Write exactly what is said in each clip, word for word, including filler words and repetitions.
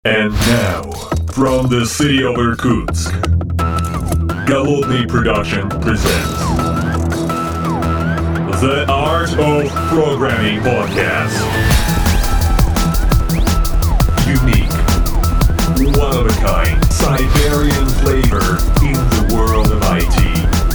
And now, from the city of Irkutsk, Голодный Production presents The Art of Programming Podcast. Unique, one of a kind, Siberian flavor in the world of ай ти.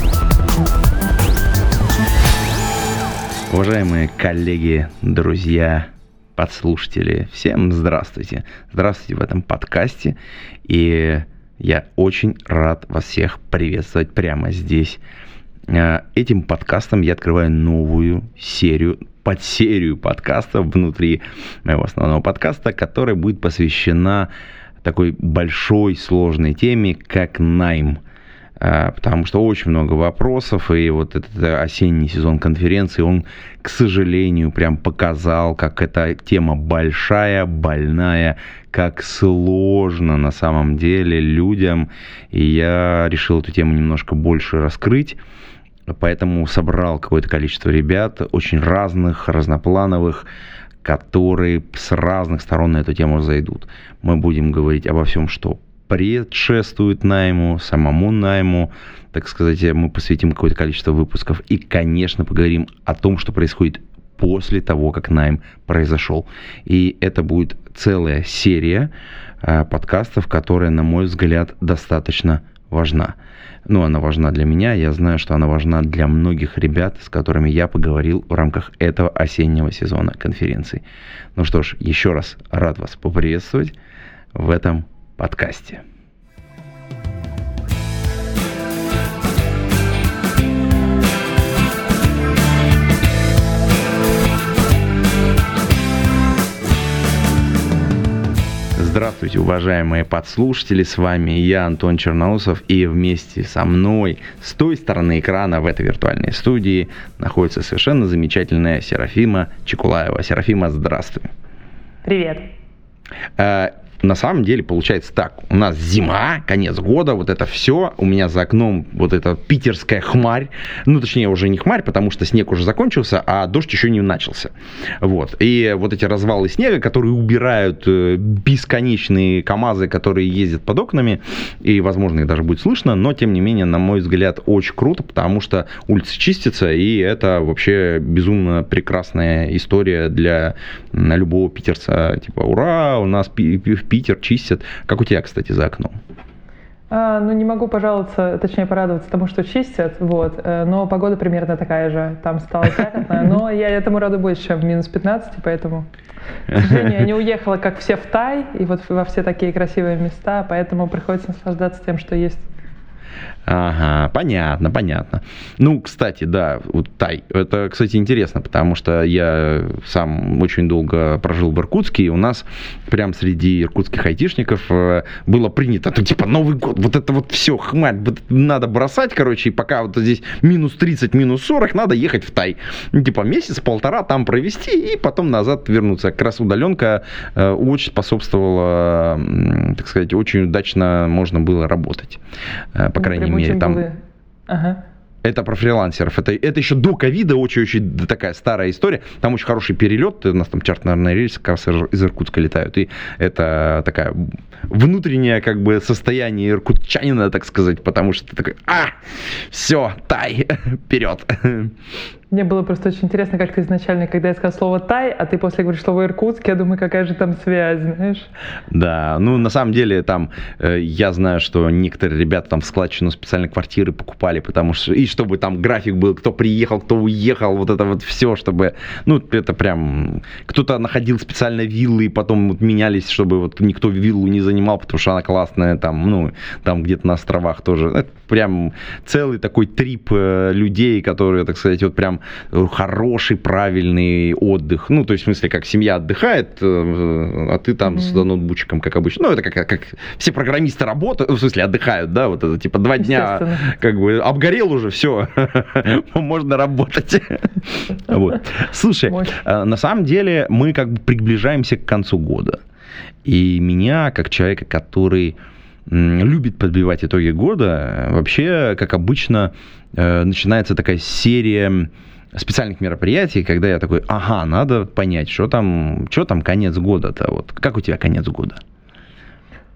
Уважаемые коллеги, друзья, подслушатели, всем здравствуйте. Здравствуйте в этом подкасте. И я очень рад вас всех приветствовать прямо здесь. Этим подкастом я открываю новую серию, подсерию подкастов внутри моего основного подкаста, которая будет посвящена такой большой, сложной теме, как найм. Потому что очень много вопросов, и вот этот осенний сезон конференции, он, к сожалению, прям показал, как эта тема большая, больная, как сложно на самом деле людям, и я решил эту тему немножко больше раскрыть, поэтому собрал какое-то количество ребят, очень разных, разноплановых, которые с разных сторон на эту тему зайдут. Мы будем говорить обо всем, что предшествует найму, самому найму, так сказать, мы посвятим какое-то количество выпусков и, конечно, поговорим о том, что происходит после того, как найм произошел. И это будет целая серия э, подкастов, которая, на мой взгляд, достаточно важна. Ну, она важна для меня, я знаю, что она важна для многих ребят, с которыми я поговорил в рамках этого осеннего сезона конференции. Ну что ж, еще раз рад вас поприветствовать в этом подкасте. Здравствуйте, уважаемые подслушатели, с вами я, Антон Черноусов, и вместе со мной с той стороны экрана в этой виртуальной студии находится совершенно замечательная Серафима Чекулаева. Серафима, здравствуй. Привет. На самом деле получается так, у нас зима, конец года, вот это все, у меня за окном вот эта питерская хмарь, ну точнее уже не хмарь, потому что снег уже закончился, а дождь еще не начался, вот, и вот эти развалы снега, которые убирают бесконечные КАМАЗы, которые ездят под окнами, и возможно их даже будет слышно, но тем не менее, на мой взгляд, очень круто, потому что улицы чистятся, и это вообще безумно прекрасная история для любого питерца, типа ура, у нас в Питер чистят. Как у тебя, кстати, за окном? А, ну, не могу пожаловаться, точнее, порадоваться тому, что чистят, вот, но погода примерно такая же, там стало тяготно, но я этому рада больше, чем в минус пятнадцать, поэтому, к сожалению, я не уехала, как все, в Тай, и вот во все такие красивые места, поэтому приходится наслаждаться тем, что есть. Ага, понятно, понятно. Ну, кстати, да, вот Тай, это, кстати, интересно, потому что я сам очень долго прожил в Иркутске, и у нас прям среди иркутских айтишников было принято, то типа Новый год, вот это вот все, хмарь, надо бросать, короче, и пока вот здесь минус тридцать, минус сорок, надо ехать в Тай. Ну, типа месяц-полтора там провести, и потом назад вернуться. Как раз удаленка очень способствовала, так сказать, очень удачно можно было работать, по крайней мере. Там... Ага. Это про фрилансеров. Это, это еще до ковида очень-очень такая старая история. Там очень хороший перелет. У нас там чартерные рейсы как раз из Иркутска летают. И это такая внутреннее как бы состояние иркутчанина, так сказать. Потому что ты такой, а, все, Тай, вперед. Мне было просто очень интересно, как ты изначально, когда я сказал слово «Тай», а ты после говоришь слово «Иркутск», я думаю, какая же там связь, знаешь? Да, ну, на самом деле, там, э, я знаю, что некоторые ребята там в складчину специально квартиры покупали, потому что, и чтобы там график был, кто приехал, кто уехал, вот это вот все, чтобы, ну, это прям, кто-то находил специально виллы, и потом вот менялись, чтобы вот никто виллу не занимал, потому что она классная, там, ну, там где-то на островах тоже. Это прям целый такой трип э, людей, которые, так сказать, вот прям хороший, правильный отдых. Ну, то есть, в смысле, как семья отдыхает, а ты там mm-hmm. с ноутбучиком, как обычно. Ну, это как, как все программисты работают, в смысле, отдыхают, да, вот это, типа, два дня, как бы, обгорел уже, все, можно работать. Вот. Слушай, на самом деле, мы как бы приближаемся к концу года. И меня, как человека, который любит подбивать итоги года, вообще, как обычно, начинается такая серия специальных мероприятий, когда я такой, ага, надо понять, что там, что там конец года-то, вот, как у тебя конец года?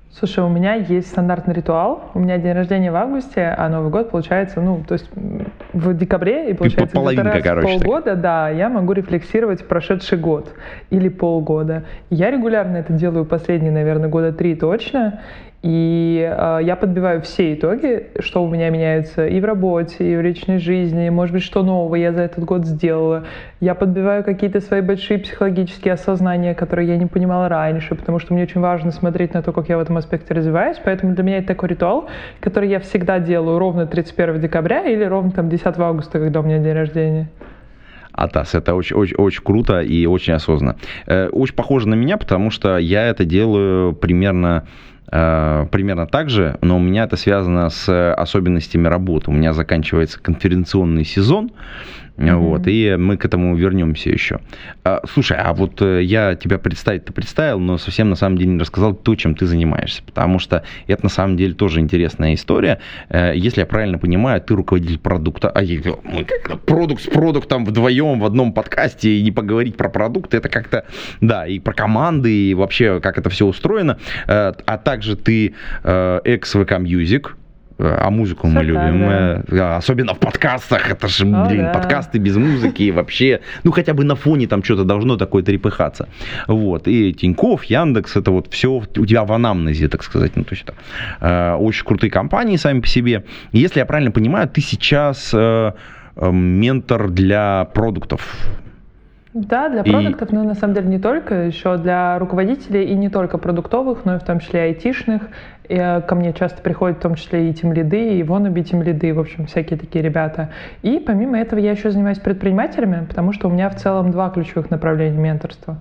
Слушай, у меня есть стандартный ритуал. У меня день рождения в августе, а Новый год получается, ну, то есть в декабре, и получается где-то раз в полгода, да, я могу рефлексировать прошедший год или полгода. Я регулярно это делаю последние, наверное, года три точно. И э, я подбиваю все итоги, что у меня меняется и в работе, и в личной жизни, может быть, что нового я за этот год сделала. Я подбиваю какие-то свои большие психологические осознания, которые я не понимала раньше, потому что мне очень важно смотреть на то, как я в этом аспекте развиваюсь. Поэтому для меня это такой ритуал, который я всегда делаю ровно тридцать первого декабря или ровно там десятого августа, когда у меня день рождения. Атас, это очень, очень, очень круто и очень осознанно. Э, очень похоже на меня, потому что я это делаю примерно... примерно так же, но у меня это связано с особенностями работы. У меня заканчивается конференционный сезон, mm-hmm. вот, и мы к этому вернемся еще. Слушай, а вот я тебя представить-то представил, но совсем на самом деле не рассказал то, чем ты занимаешься, потому что это на самом деле тоже интересная история. Если я правильно понимаю, ты руководитель продукта, а мы как-то продукт с продуктом вдвоем в одном подкасте, и не поговорить про продукты, это как-то, да, и про команды, и вообще, как это все устроено, а также Также ты э, экс-ви кей Music, а музыку мы любим, так, да. Особенно в подкастах, это же, О, блин, да. подкасты без музыки вообще, ну хотя бы на фоне там что-то должно такое трепыхаться. Вот, и Тинькофф, Яндекс, это вот все у тебя в анамнезе, так сказать, ну то есть это э, очень крутые компании сами по себе. И если я правильно понимаю, ты сейчас э, э, ментор для продуктов. Да, для продуктов, и... но на самом деле не только, еще для руководителей и не только продуктовых, но и в том числе айтишных. И ко мне часто приходят в том числе и тимлиды, и wannabe тимлиды, в общем, всякие такие ребята. И помимо этого я еще занимаюсь предпринимателями, потому что у меня в целом два ключевых направления менторства.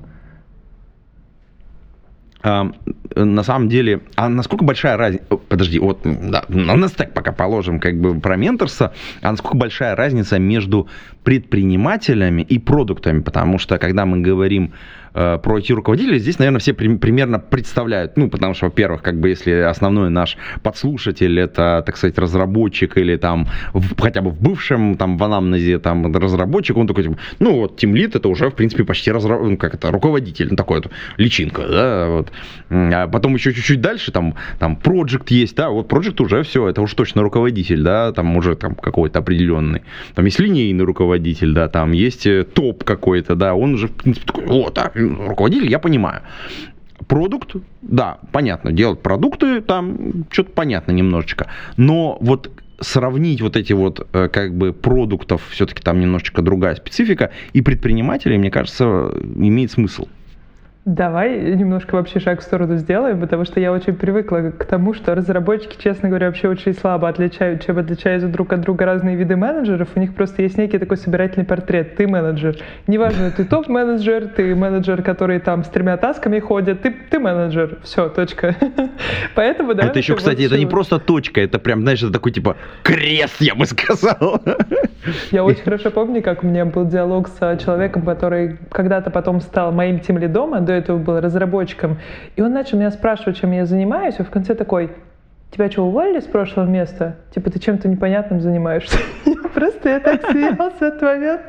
А, на самом деле, а насколько большая разница, подожди, вот да, на стек пока положим как бы про менторство, а насколько большая разница между предпринимателями и продуктами, потому что когда мы говорим э, про ай ти-руководителей, здесь, наверное, все при, примерно представляют, ну, потому что, во-первых, как бы если основной наш подслушатель это, так сказать, разработчик или там в, хотя бы в бывшем там в анамнезе там разработчик, он такой, типа, ну, вот тимлид это уже, в принципе, почти разра... ну, как это, руководитель, ну, такой вот личинка, да, вот. А потом еще чуть-чуть дальше, там, там, project есть, да, вот project уже все, это уж точно руководитель, да, там уже там какой-то определенный, там есть линейный руководитель, да, там есть топ какой-то, да, он уже, в принципе, такой, вот, да, руководитель, я понимаю. Продукт, да, понятно, делать продукты, там, что-то понятно немножечко, но вот сравнить вот эти вот, как бы, продуктов, все-таки там немножечко другая специфика, и предпринимателей, мне кажется, имеет смысл. Давай немножко вообще шаг в сторону сделаем, потому что я очень привыкла к тому, что разработчики, честно говоря, вообще очень слабо отличают, чем отличаются друг от друга разные виды менеджеров. У них просто есть некий такой собирательный портрет. Ты менеджер. Неважно, ты топ-менеджер, ты менеджер, который там с тремя тасками ходит, ты, ты менеджер. Все, точка. Поэтому, да. Это еще, кстати, это не просто точка, это прям, знаешь, это такой типа крест, я бы сказал. Я очень хорошо помню, как у меня был диалог с человеком, который когда-то потом стал моим тимлидом, а до этого был разработчиком. И он начал меня спрашивать, чем я занимаюсь, а в конце такой: тебя что, уволили с прошлого места? Типа, ты чем-то непонятным занимаешься? Просто я так смеялся в этот момент.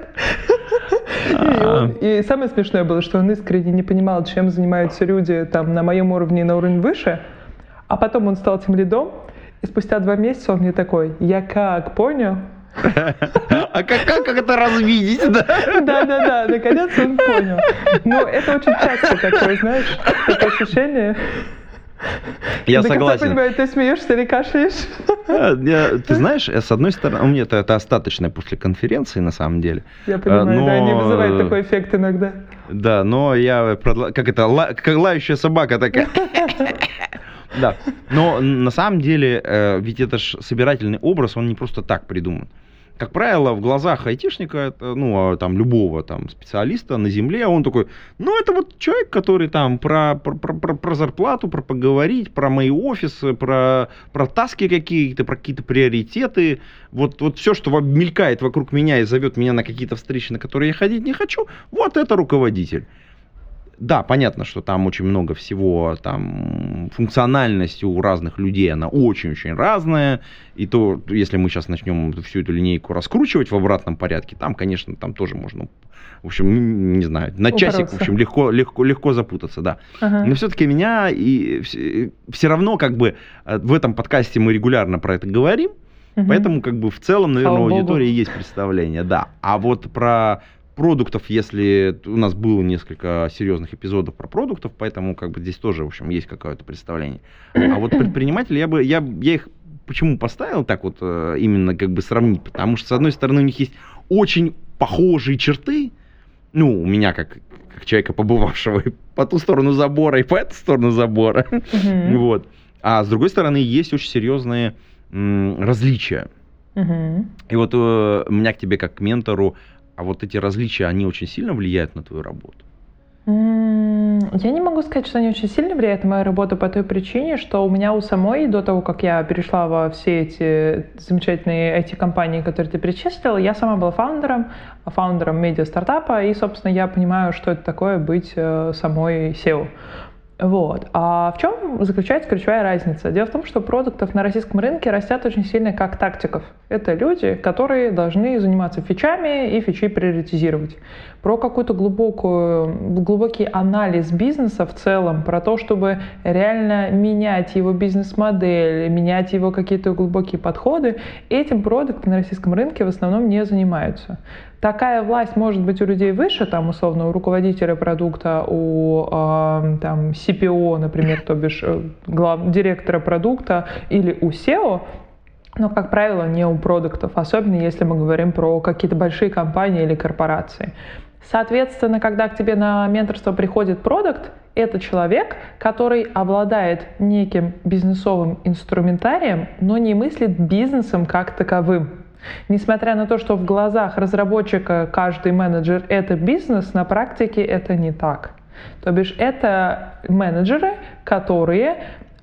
И, он, и самое смешное было, что он искренне не понимал, чем занимаются люди там на моем уровне и на уровень выше. А потом он стал тимлидом, и спустя два месяца он мне такой: я как, понял? А как, как, как это развидеть, да? Да-да-да, наконец он понял. Ну, это очень часто такое, знаешь, такое ощущение. Я до согласен. Конца понимаю, ты смеешься или кашляешь? Я, ты знаешь, с одной стороны, у меня это, это остаточное после конференции, на самом деле. Я понимаю, но... да, они вызывают такой эффект иногда. Да, но я, как это, ла, как лающая собака такая. Да, но на самом деле, ведь это же собирательный образ, он не просто так придуман. Как правило, в глазах айтишника, ну, там, любого там специалиста на земле, он такой, ну, это вот человек, который там про, про, про, про зарплату, про поговорить, про мои офисы, про, про таски какие-то, про какие-то приоритеты. Вот, вот все, что мелькает вокруг меня и зовет меня на какие-то встречи, на которые я ходить не хочу, вот это руководитель. да, понятно, что там очень много всего, там функциональность у разных людей, она очень-очень разная, и то, если мы сейчас начнем всю эту линейку раскручивать в обратном порядке, там, конечно, там тоже можно, в общем, не знаю, на часик, в общем, легко, легко, легко запутаться, да. Ага. Но все-таки меня и все равно, как бы, в этом подкасте мы регулярно про это говорим, угу. Поэтому, как бы, в целом, наверное, Слава у аудитории Богу. Есть представление, да. А вот про продуктов, если у нас было несколько серьезных эпизодов про продуктов, поэтому, как бы, здесь тоже, в общем, есть какое-то представление. А вот предприниматели, я бы, я, я их почему поставил так вот именно, как бы, сравнить? Потому что, с одной стороны, у них есть очень похожие черты, ну, у меня как, как человека, побывавшего по ту сторону забора и по эту сторону забора, uh-huh. вот. А с другой стороны, есть очень серьезные м, различия. Uh-huh. И вот э, у меня к тебе как к ментору, а вот эти различия, они очень сильно влияют на твою работу? Я не могу сказать, что они очень сильно влияют на мою работу по той причине, что у меня у самой, до того, как я перешла во все эти замечательные ай ти-компании, которые ты перечислила, я сама была фаундером, фаундером медиа-стартапа, и, собственно, я понимаю, что это такое быть самой сео. Вот. А в чем заключается ключевая разница? Дело в том, что продуктов на российском рынке растят очень сильно как тактиков. Это люди, которые должны заниматься фичами и фичи приоритизировать. Про какой-то глубокую, глубокий анализ бизнеса в целом, про то, чтобы реально менять его бизнес-модель, менять его какие-то глубокие подходы, этим продукты на российском рынке в основном не занимаются. Такая власть может быть у людей выше, там, условно, у руководителя продукта, у э, там, си пи о, например, то бишь глав, директора продукта, или у сео, но, как правило, не у продуктов, особенно если мы говорим про какие-то большие компании или корпорации. Соответственно, когда к тебе на менторство приходит продукт, это человек, который обладает неким бизнесовым инструментарием, но не мыслит бизнесом как таковым. Несмотря на то, что в глазах разработчика каждый менеджер — это бизнес, на практике это не так. То бишь это менеджеры, которые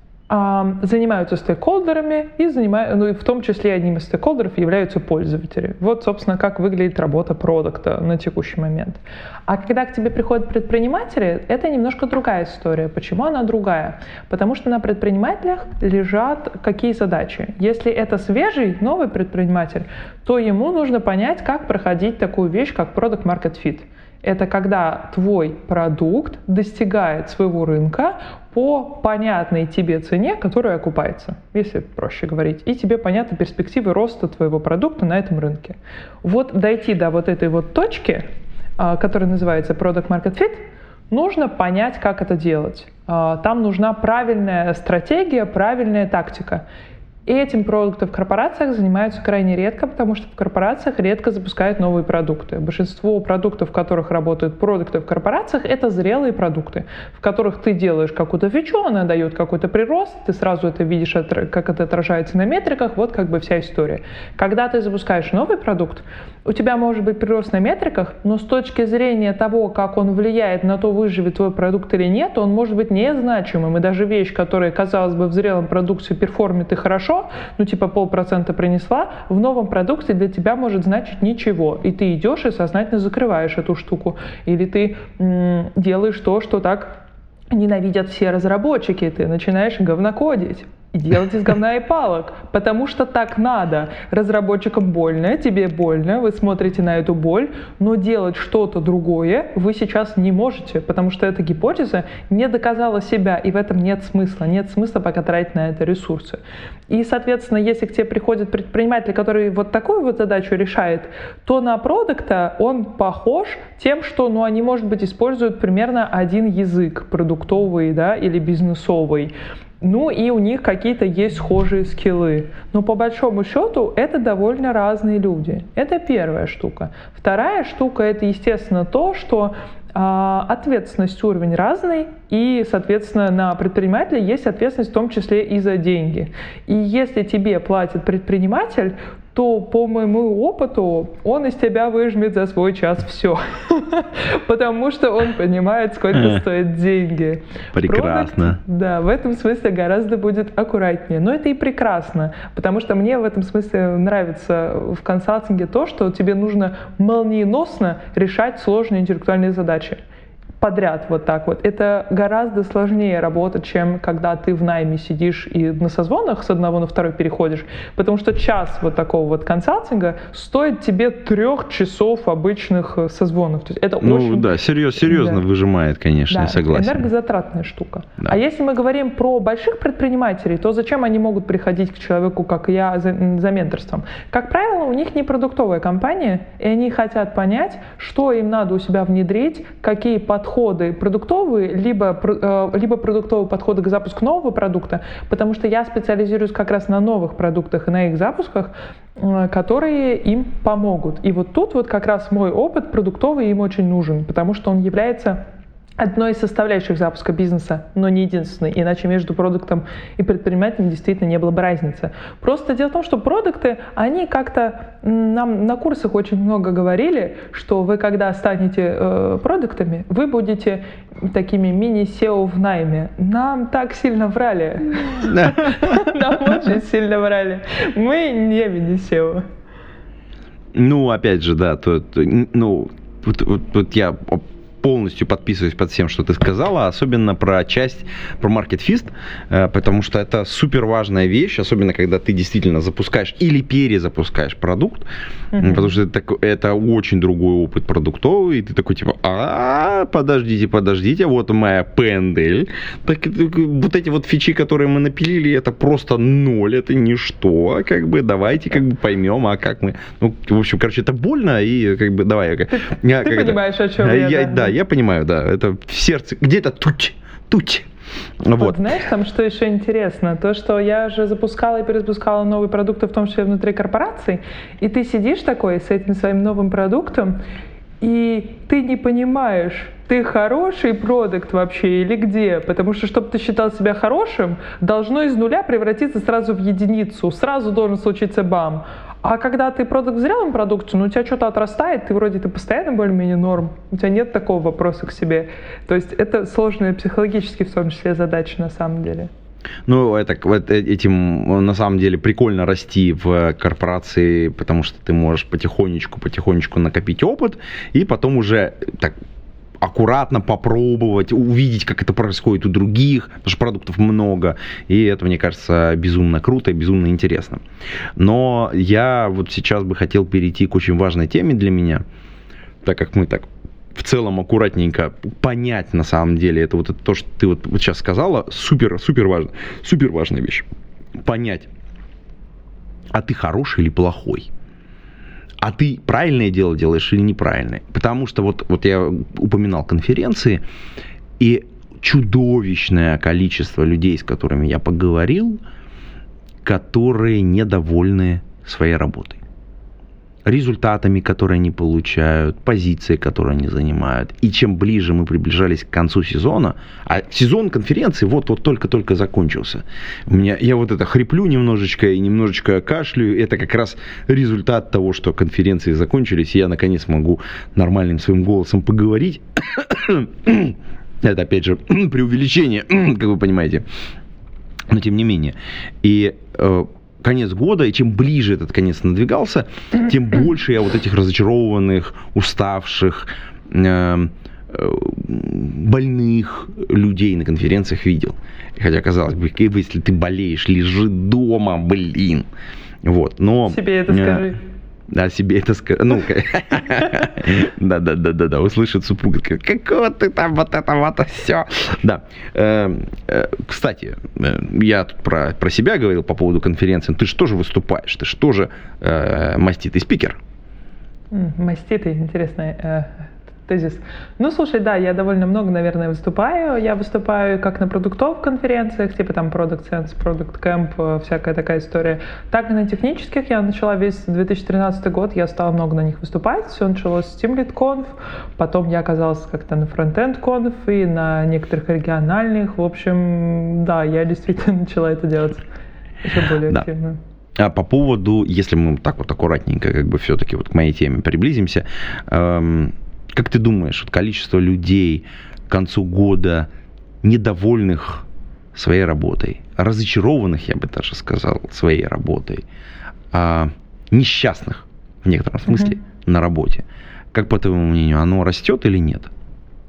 э, занимаются стейкхолдерами и занимают, ну, и в том числе одним из стейкхолдеров являются пользователи. Вот, собственно, как выглядит работа продукта на текущий момент. А когда к тебе приходят предприниматели, это немножко другая история. Почему она другая? Потому что на предпринимателях лежат какие задачи. Если это свежий, новый предприниматель, то ему нужно понять, как проходить такую вещь, как Product Market Fit. Это когда твой продукт достигает своего рынка по понятной тебе цене, которая окупается, если проще говорить, и тебе понятны перспективы роста твоего продукта на этом рынке. Вот дойти до вот этой вот точки, которая называется Product Market Fit, нужно понять, как это делать. Там нужна правильная стратегия, правильная тактика. И этим продуктом в корпорациях занимаются крайне редко, потому что в корпорациях редко запускают новые продукты. Большинство продуктов, в которых работают продукты в корпорациях, это зрелые продукты, в которых ты делаешь какую-то фичу, она дает какой-то прирост, ты сразу это видишь, как это отражается на метриках, вот как бы вся история. Когда ты запускаешь новый продукт, у тебя может быть прирост на метриках, но с точки зрения того, как он влияет на то, выживет твой продукт или нет, он может быть незначимым. И даже вещь, которая, казалось бы, в зрелом продукте перформит и хорошо, ну типа полпроцента принесла, в новом продукте для тебя может значить ничего. И ты идешь и сознательно закрываешь эту штуку. Или ты м- делаешь то, что так ненавидят все разработчики. Ты начинаешь говнокодить. И делать из говна и палок, потому что так надо. Разработчикам больно, тебе больно, вы смотрите на эту боль, но делать что-то другое вы сейчас не можете, потому что эта гипотеза не доказала себя, и в этом нет смысла. Нет смысла пока тратить на это ресурсы. И, соответственно, если к тебе приходит предприниматель, который вот такую вот задачу решает, то на продукта он похож тем, что, ну, они, может быть, используют примерно один язык продуктовый, да, или бизнесовый. Ну и у них какие-то есть схожие скиллы. Но по большому счету это довольно разные люди. Это первая штука. Вторая штука — это, естественно, то, что э, ответственность уровень разный, и, соответственно, на предпринимателя есть ответственность в том числе и за деньги. И если тебе платит предприниматель, то, по моему опыту, он из тебя выжмет за свой час все. Потому что он понимает, сколько стоят деньги. Прекрасно. Да, в этом смысле гораздо будет аккуратнее. Но это и прекрасно, потому что мне в этом смысле нравится в консалтинге то, что тебе нужно молниеносно решать сложные интеллектуальные задачи. подряд вот так вот. Это гораздо сложнее работать, чем когда ты в найме сидишь и на созвонах с одного на второй переходишь, потому что час вот такого вот консалтинга стоит тебе трех часов обычных созвонов. То есть это ну очень... да, серьез, серьезно да. выжимает, конечно, да, я согласен. Энергозатратная штука. Да. А если мы говорим про больших предпринимателей, то зачем они могут приходить к человеку, как я, за, за менторством? Как правило, у них не продуктовая компания, и они хотят понять, что им надо у себя внедрить, какие подходы подходы продуктовые, либо, либо продуктовые подходы к запуску нового продукта, потому что я специализируюсь как раз на новых продуктах и на их запусках, которые им помогут. И вот тут вот как раз мой опыт продуктовый им очень нужен, потому что он является одной из составляющих запуска бизнеса, но не единственной, иначе между продуктом и предпринимателем действительно не было бы разницы. Просто дело в том, что продукты, они как-то, нам на курсах очень много говорили, что вы, когда станете э, продуктами, вы будете такими мини-сео в найме. Нам так сильно врали. Нам очень сильно врали. Мы не мини-сео. Ну, опять же, да, то, ну, вот я полностью подписываюсь под всем, что ты сказала, особенно про часть, про Market Fist, потому что это супер важная вещь, особенно когда ты действительно запускаешь или перезапускаешь продукт, mm-hmm. потому что это, это очень другой опыт продуктовый, и ты такой типа, а подождите, подождите, вот моя пи энд эл, так, вот эти вот фичи, которые мы напилили, это просто ноль, это ничто, как бы давайте как бы поймем, а как мы, ну, в общем, короче, это больно, и как бы давай. Ты, я, ты понимаешь, это, о чем я, я, да? Да, я понимаю, да, это в сердце, где-то тут, тут. Вот. Вот. Знаешь, там что еще интересно? То, что я же запускала и перезапускала новые продукты, в том числе внутри корпораций, и ты сидишь такой с этим своим новым продуктом, и ты не понимаешь, ты хороший продукт вообще или где? Потому что, чтобы ты считал себя хорошим, должно из нуля превратиться сразу в единицу, сразу должен случиться бам. А когда ты продукт в зрелом продукте, ну у тебя что-то отрастает, ты вроде ты постоянно более-менее норм, у тебя нет такого вопроса к себе. То есть это сложная психологически в том числе задача на самом деле. Ну, это, вот этим на самом деле прикольно расти в корпорации, потому что ты можешь потихонечку, потихонечку накопить опыт, и потом уже так аккуратно попробовать, увидеть, как это происходит у других, потому что продуктов много, и это, мне кажется, безумно круто и безумно интересно. Но я вот сейчас бы хотел перейти к очень важной теме для меня, так как мы так в целом аккуратненько понять на самом деле, это вот это то, что ты вот сейчас сказала, супер, супер важно, супер важная вещь. Понять, а ты хороший или плохой? А ты правильное дело делаешь или неправильное? Потому что вот, вот я упоминал конференции, и чудовищное количество людей, с которыми я поговорил, которые недовольны своей работой. Результатами, которые они получают, позицией, которую они занимают. И чем ближе мы приближались к концу сезона, а сезон конференции вот-вот только-только закончился. У меня, я вот это хриплю немножечко и немножечко кашляю. Это как раз результат того, что конференции закончились, и я наконец могу нормальным своим голосом поговорить. Это, опять же, преувеличение, как вы понимаете. Но тем не менее. И конец года, и чем ближе этот конец надвигался, тем больше я вот этих разочарованных, уставших, э, э, больных людей на конференциях видел. Хотя, казалось бы, если ты болеешь, лежи дома, блин. Вот, но... Себе это скажи. Да, себе это скажи. Ну, да-да-да-да-да, услышит супруга, какого ты там вот это вот все. Да. Кстати, я тут про, про себя говорил по поводу конференции. Ты же тоже выступаешь, ты же тоже маститый спикер. Маститый, интересный тезис. Ну, слушай, да, я довольно много, наверное, выступаю. Я выступаю как на продуктовых конференциях, типа там Product Sense, Product Camp, всякая такая история, так и на технических. Я начала весь две тысячи тринадцатый год, я стала много на них выступать. Все началось с TeamLead Conf, потом я оказалась как-то на Frontend Conf и на некоторых региональных. В общем, да, я действительно начала это делать еще более да. активно. А по поводу, если мы так вот аккуратненько как бы все-таки вот к моей теме приблизимся, эм, как ты думаешь, вот количество людей к концу года недовольных своей работой, разочарованных, я бы даже сказал, своей работой, а, несчастных в некотором смысле mm-hmm. на работе, как по твоему мнению, оно растет или нет?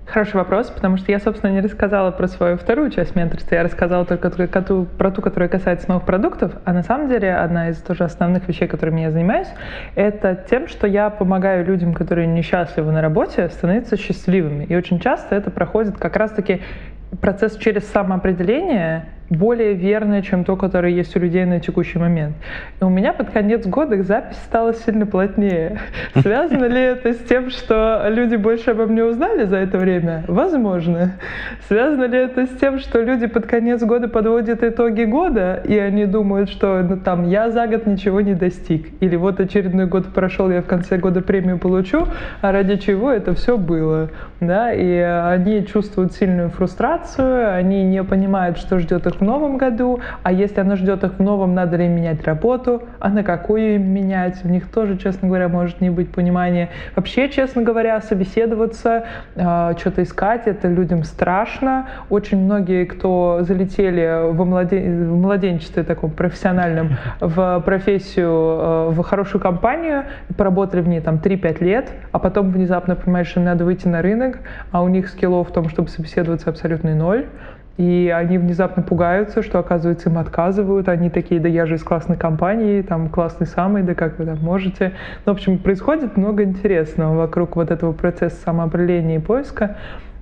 Хороший вопрос, потому что я, собственно, не рассказала про свою вторую часть менторства. Я рассказала только про ту, про ту, которая касается новых продуктов. А на самом деле одна из тоже основных вещей, которыми я занимаюсь, это тем, что я помогаю людям, которые несчастливы на работе, становиться счастливыми. И очень часто это проходит как раз-таки процесс через самоопределение, более верное, чем то, которое есть у людей на текущий момент. И у меня под конец года запись стала сильно плотнее. Связано ли это с тем, что люди больше обо мне узнали за это время? Возможно. Связано ли это с тем, что люди под конец года подводят итоги года, и они думают, что ну, там, я за год ничего не достиг. Или вот очередной год прошел, я в конце года премию получу, а ради чего это все было. Да? И они чувствуют сильную фрустрацию, они не понимают, что ждет их в новом году, а если она ждет их в новом, надо ли менять работу, а на какую им менять, у них тоже, честно говоря, может не быть понимания. Вообще, честно говоря, собеседоваться, э, что-то искать, это людям страшно. Очень многие, кто залетели во младен... в младенчестве таком профессиональном в профессию, э, в хорошую компанию, поработали в ней там три-пять лет, а потом внезапно понимаешь, что им надо выйти на рынок, а у них скиллов в том, чтобы собеседоваться, абсолютный ноль. И они внезапно пугаются, что, оказывается, им отказывают. Они такие, да я же из классной компании, там классный самый, да как вы там можете. Ну, в общем, происходит много интересного вокруг вот этого процесса самоопределения и поиска.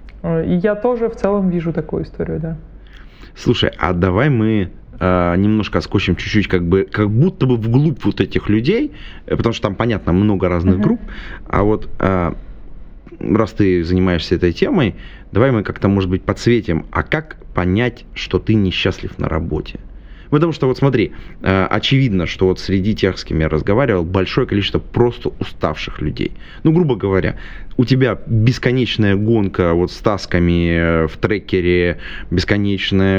И я тоже в целом вижу такую историю, да. Слушай, а давай мы э, немножко отскочим чуть-чуть, как бы, как будто бы вглубь вот этих людей, потому что там, понятно, много разных uh-huh. групп. А вот э, раз ты занимаешься этой темой, давай мы как-то, может быть, подсветим, а как понять, что ты несчастлив на работе? Потому что вот смотри, очевидно, что вот среди тех, с кем я разговаривал, большое количество просто уставших людей. Ну, грубо говоря, у тебя бесконечная гонка вот с тасками в трекере, бесконечная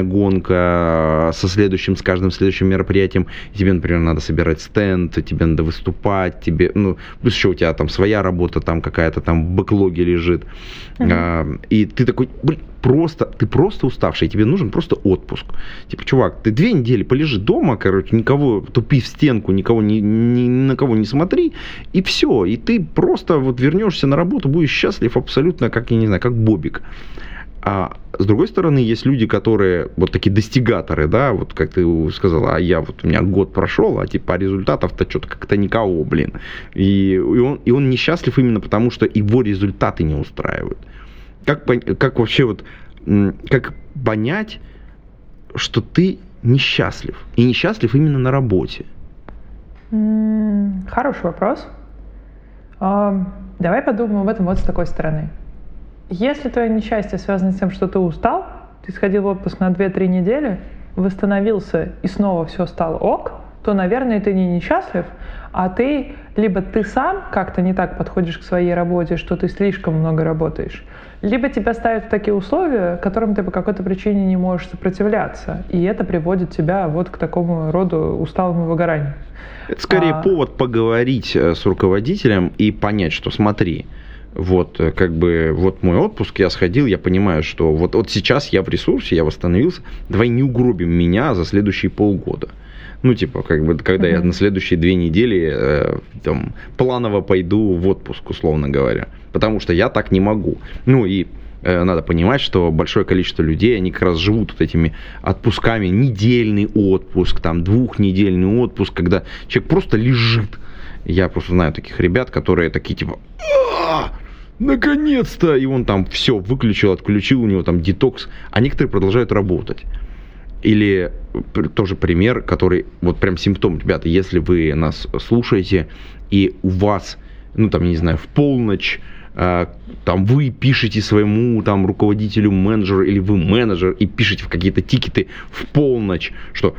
гонка со следующим, с каждым следующим мероприятием. Тебе, например, надо собирать стенд, тебе надо выступать, тебе, ну, плюс еще у тебя там своя работа, там какая-то там в бэклоге лежит. Mm-hmm. А, и ты такой, блин, просто, ты просто уставший, тебе нужен просто отпуск. Типа, чувак, ты две недели полежи дома, короче, никого, тупи в стенку, никого, ни, ни на кого не смотри, и все. И ты просто вот вернешься на работу, будешь счастлив абсолютно, как, я не знаю, как Бобик. А с другой стороны, есть люди, которые вот такие достигаторы, да, вот как ты сказала, а я вот, у меня год прошел, а типа результатов-то что-то как-то никого, блин. И, и, он, и он несчастлив именно потому, что его результаты не устраивают. Как, как вообще вот, как понять, что ты несчастлив? И несчастлив именно на работе? Хороший вопрос. Давай подумаем об этом вот с такой стороны. Если твое несчастье связано с тем, что ты устал, ты сходил в отпуск на две-три недели, восстановился и снова все стало ок, то, наверное, ты не несчастлив, а ты либо ты сам как-то не так подходишь к своей работе, что ты слишком много работаешь, либо тебя ставят в такие условия, которым ты по какой-то причине не можешь сопротивляться, и это приводит тебя вот к такому роду усталому выгоранию. Это скорее а... повод поговорить с руководителем и понять, что смотри, вот как бы вот мой отпуск, я сходил, я понимаю, что вот, вот сейчас я в ресурсе, я восстановился, давай не угробим меня за следующие полгода. Ну, типа, как бы, когда mm-hmm. я на следующие две недели э, там, планово пойду в отпуск, условно говоря. Потому что я так не могу. Ну, и э, надо понимать, что большое количество людей, они как раз живут вот этими отпусками. Недельный отпуск, там, двухнедельный отпуск, когда человек просто лежит. Я просто знаю таких ребят, которые такие, типа, а наконец-то! И он там все выключил, отключил, у него там детокс. А некоторые продолжают работать. Или тоже пример, который, вот прям симптом, ребята, если вы нас слушаете, и у вас, ну там, я не знаю, в полночь, э, там вы пишете своему там руководителю, менеджеру, или вы менеджер, и пишете в какие-то тикеты в полночь, что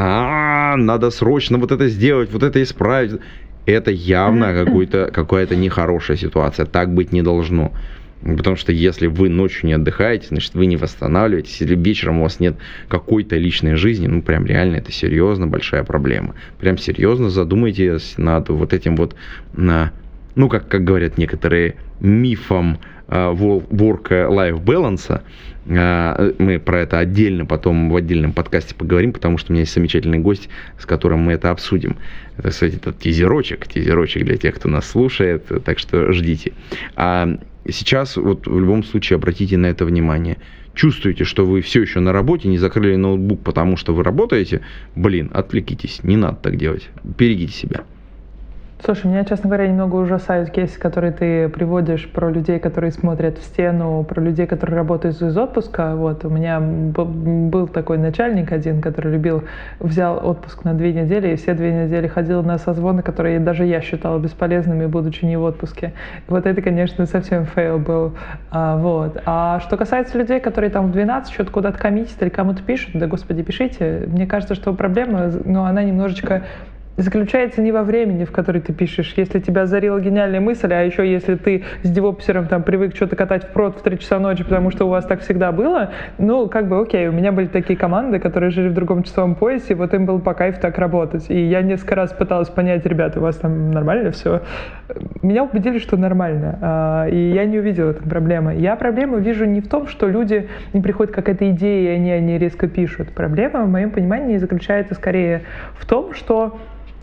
а надо срочно вот это сделать, вот это исправить. Это явно какой-то, какая-то нехорошая ситуация, так быть не должно. Потому что если вы ночью не отдыхаете, значит, вы не восстанавливаетесь, или вечером у вас нет какой-то личной жизни, ну, прям реально это серьезно большая проблема. Прям серьезно задумайтесь над вот этим вот, на, ну, как, как говорят некоторые, мифом uh, work-life balance. Uh, мы про это отдельно потом в отдельном подкасте поговорим, потому что у меня есть замечательный гость, с которым мы это обсудим. Это, кстати, этот тизерочек, тизерочек для тех, кто нас слушает, так что ждите. Uh, сейчас вот в любом случае обратите на это внимание. Чувствуете, что вы все еще на работе, не закрыли ноутбук, потому что вы работаете, блин, отвлекитесь, не надо так делать, берегите себя. Слушай, меня, честно говоря, немного ужасают кейсы, которые ты приводишь про людей, которые смотрят в стену, про людей, которые работают из отпуска. Вот, у меня был такой начальник один, который любил, взял отпуск на две недели, и все две недели ходил на созвоны, которые даже я считала бесполезными, будучи не в отпуске. Вот это, конечно, совсем фейл был. А, вот. А что касается людей, которые там в двенадцать что-то куда-то коммитят или кому-то пишут, да, господи, пишите. Мне кажется, что проблема, ну, она немножечко заключается не во времени, в который ты пишешь. Если тебя озарила гениальная мысль, а еще если ты с девопсером там привык что-то катать впрод в три часа ночи, потому что у вас так всегда было, ну, как бы окей, у меня были такие команды, которые жили в другом часовом поясе, вот им было по кайфу так работать. И я несколько раз пыталась понять, ребята, у вас там нормально все? Меня убедили, что нормально, и я не увидела этой проблемы. Я проблему вижу не в том, что люди, не приходит какая-то идея, и они, они резко пишут. Проблема, в моем понимании, заключается скорее в том, что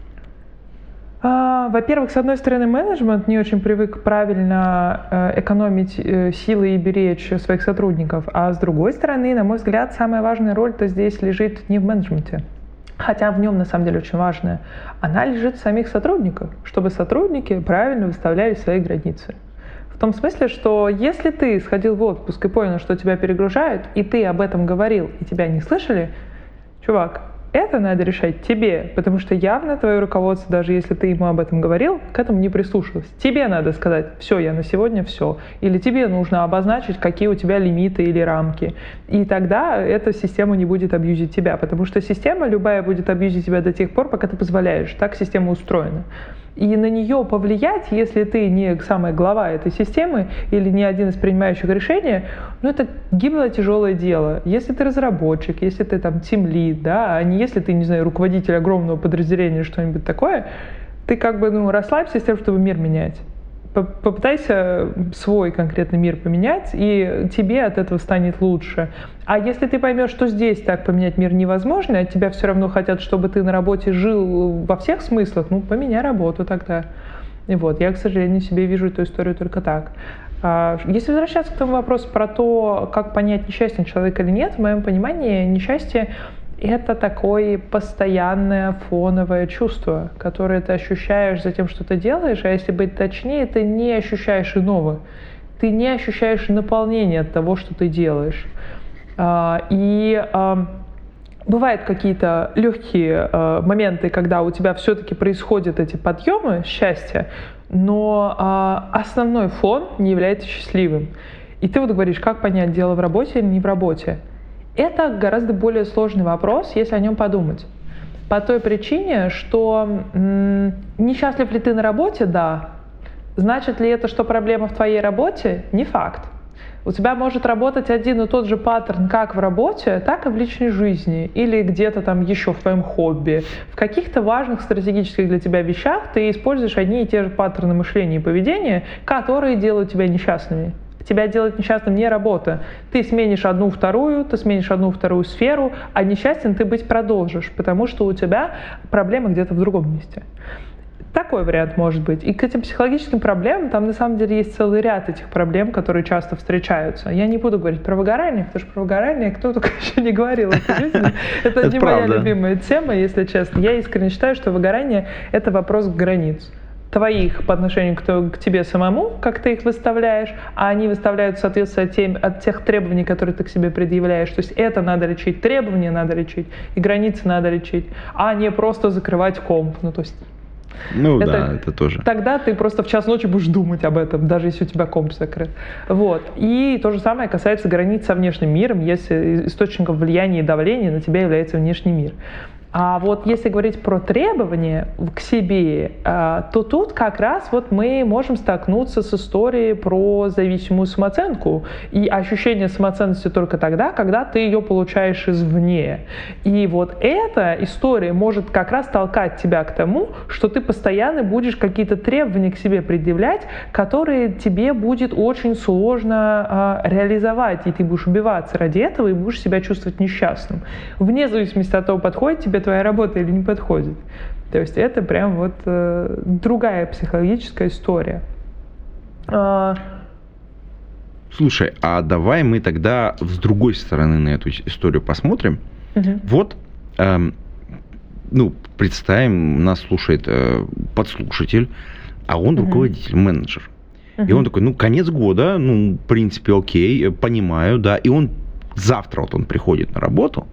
во-первых, с одной стороны, менеджмент не очень привык правильно экономить силы и беречь своих сотрудников, а с другой стороны, на мой взгляд, самая важная роль-то здесь лежит не в менеджменте, хотя в нем на самом деле очень важная, она лежит в самих сотрудниках, чтобы сотрудники правильно выставляли свои границы. В том смысле, что если ты сходил в отпуск и понял, что тебя перегружают, и ты об этом говорил, и тебя не слышали, чувак, это надо решать тебе, потому что явно твое руководство, даже если ты ему об этом говорил, к этому не прислушалось. Тебе надо сказать: все, я на сегодня все. Или тебе нужно обозначить, какие у тебя лимиты или рамки. И тогда эта система не будет абьюзить тебя, потому что система любая будет абьюзить тебя до тех пор, пока ты позволяешь. Так система устроена. И на нее повлиять, если ты не самая глава этой системы или не один из принимающих решения, ну это гиблое тяжелое дело. Если ты разработчик, если ты там тимлид, да, а не если ты, не знаю, руководитель огромного подразделения, что-нибудь такое, ты как бы, ну, расслабься с тем, чтобы мир менять. Попытайся свой конкретный мир поменять, и тебе от этого станет лучше. А если ты поймешь, что здесь так поменять мир невозможно, а тебя все равно хотят, чтобы ты на работе жил во всех смыслах, ну, поменяй работу тогда. И вот, я, к сожалению, себе вижу эту историю только так. Если возвращаться к тому вопросу про то, как понять, несчастен человек или нет, в моем понимании несчастье — это такое постоянное фоновое чувство, которое ты ощущаешь за тем, что ты делаешь, а если быть точнее, ты не ощущаешь иного. Ты не ощущаешь наполнения от того, что ты делаешь. И бывают какие-то легкие моменты, когда у тебя все-таки происходят эти подъемы счастья, но основной фон не является счастливым. И ты вот говоришь, как понять, дело в работе или не в работе. Это гораздо более сложный вопрос, если о нем подумать. По той причине, что м- несчастлив ли ты на работе? Да. Значит ли это, что проблема в твоей работе? Не факт. У тебя может работать один и тот же паттерн как в работе, так и в личной жизни. Или где-то там еще в твоем хобби. В каких-то важных стратегических для тебя вещах ты используешь одни и те же паттерны мышления и поведения, которые делают тебя несчастными. Тебя делает несчастным не работа. Ты сменишь одну вторую, ты сменишь одну вторую сферу, а несчастен ты быть продолжишь, потому что у тебя проблемы где-то в другом месте. Такой вариант может быть. И к этим психологическим проблемам там на самом деле есть целый ряд этих проблем, которые часто встречаются. Я не буду говорить про выгорание, потому что про выгорание кто только еще не говорил в этой жизни. Это не моя любимая тема, если честно. Я искренне считаю, что выгорание — это вопрос границ. Твоих по отношению к, к тебе самому, как ты их выставляешь, а они выставляют в соответствии от, тем, от тех требований, которые ты к себе предъявляешь. То есть это надо лечить, требования надо лечить, и границы надо лечить, а не просто закрывать комп. Ну, то есть Ну это, да, это тоже. Тогда ты просто в час ночи будешь думать об этом, даже если у тебя комп закрыт. Вот. И то же самое касается границ со внешним миром, если источником влияния и давления на тебя является внешний мир. А вот если говорить про требования к себе, то тут как раз вот мы можем столкнуться с историей про зависимую самооценку и ощущение самоценности только тогда, когда ты ее получаешь извне. И вот эта история может как раз толкать тебя к тому, что ты постоянно будешь какие-то требования к себе предъявлять, которые тебе будет очень сложно реализовать, и ты будешь убиваться ради этого и будешь себя чувствовать несчастным. Вне зависимости от того, подходит тебе твоя работа или не подходит. То есть это прям вот э, другая психологическая история. Э, Слушай, а давай мы тогда с другой стороны на эту историю посмотрим. Угу. Вот, эм, ну, представим, нас слушает э, подслушатель, а он угу. руководитель, менеджер. Угу. И он такой, ну, конец года, ну, в принципе, окей, понимаю, да. И он завтра вот он приходит на работу,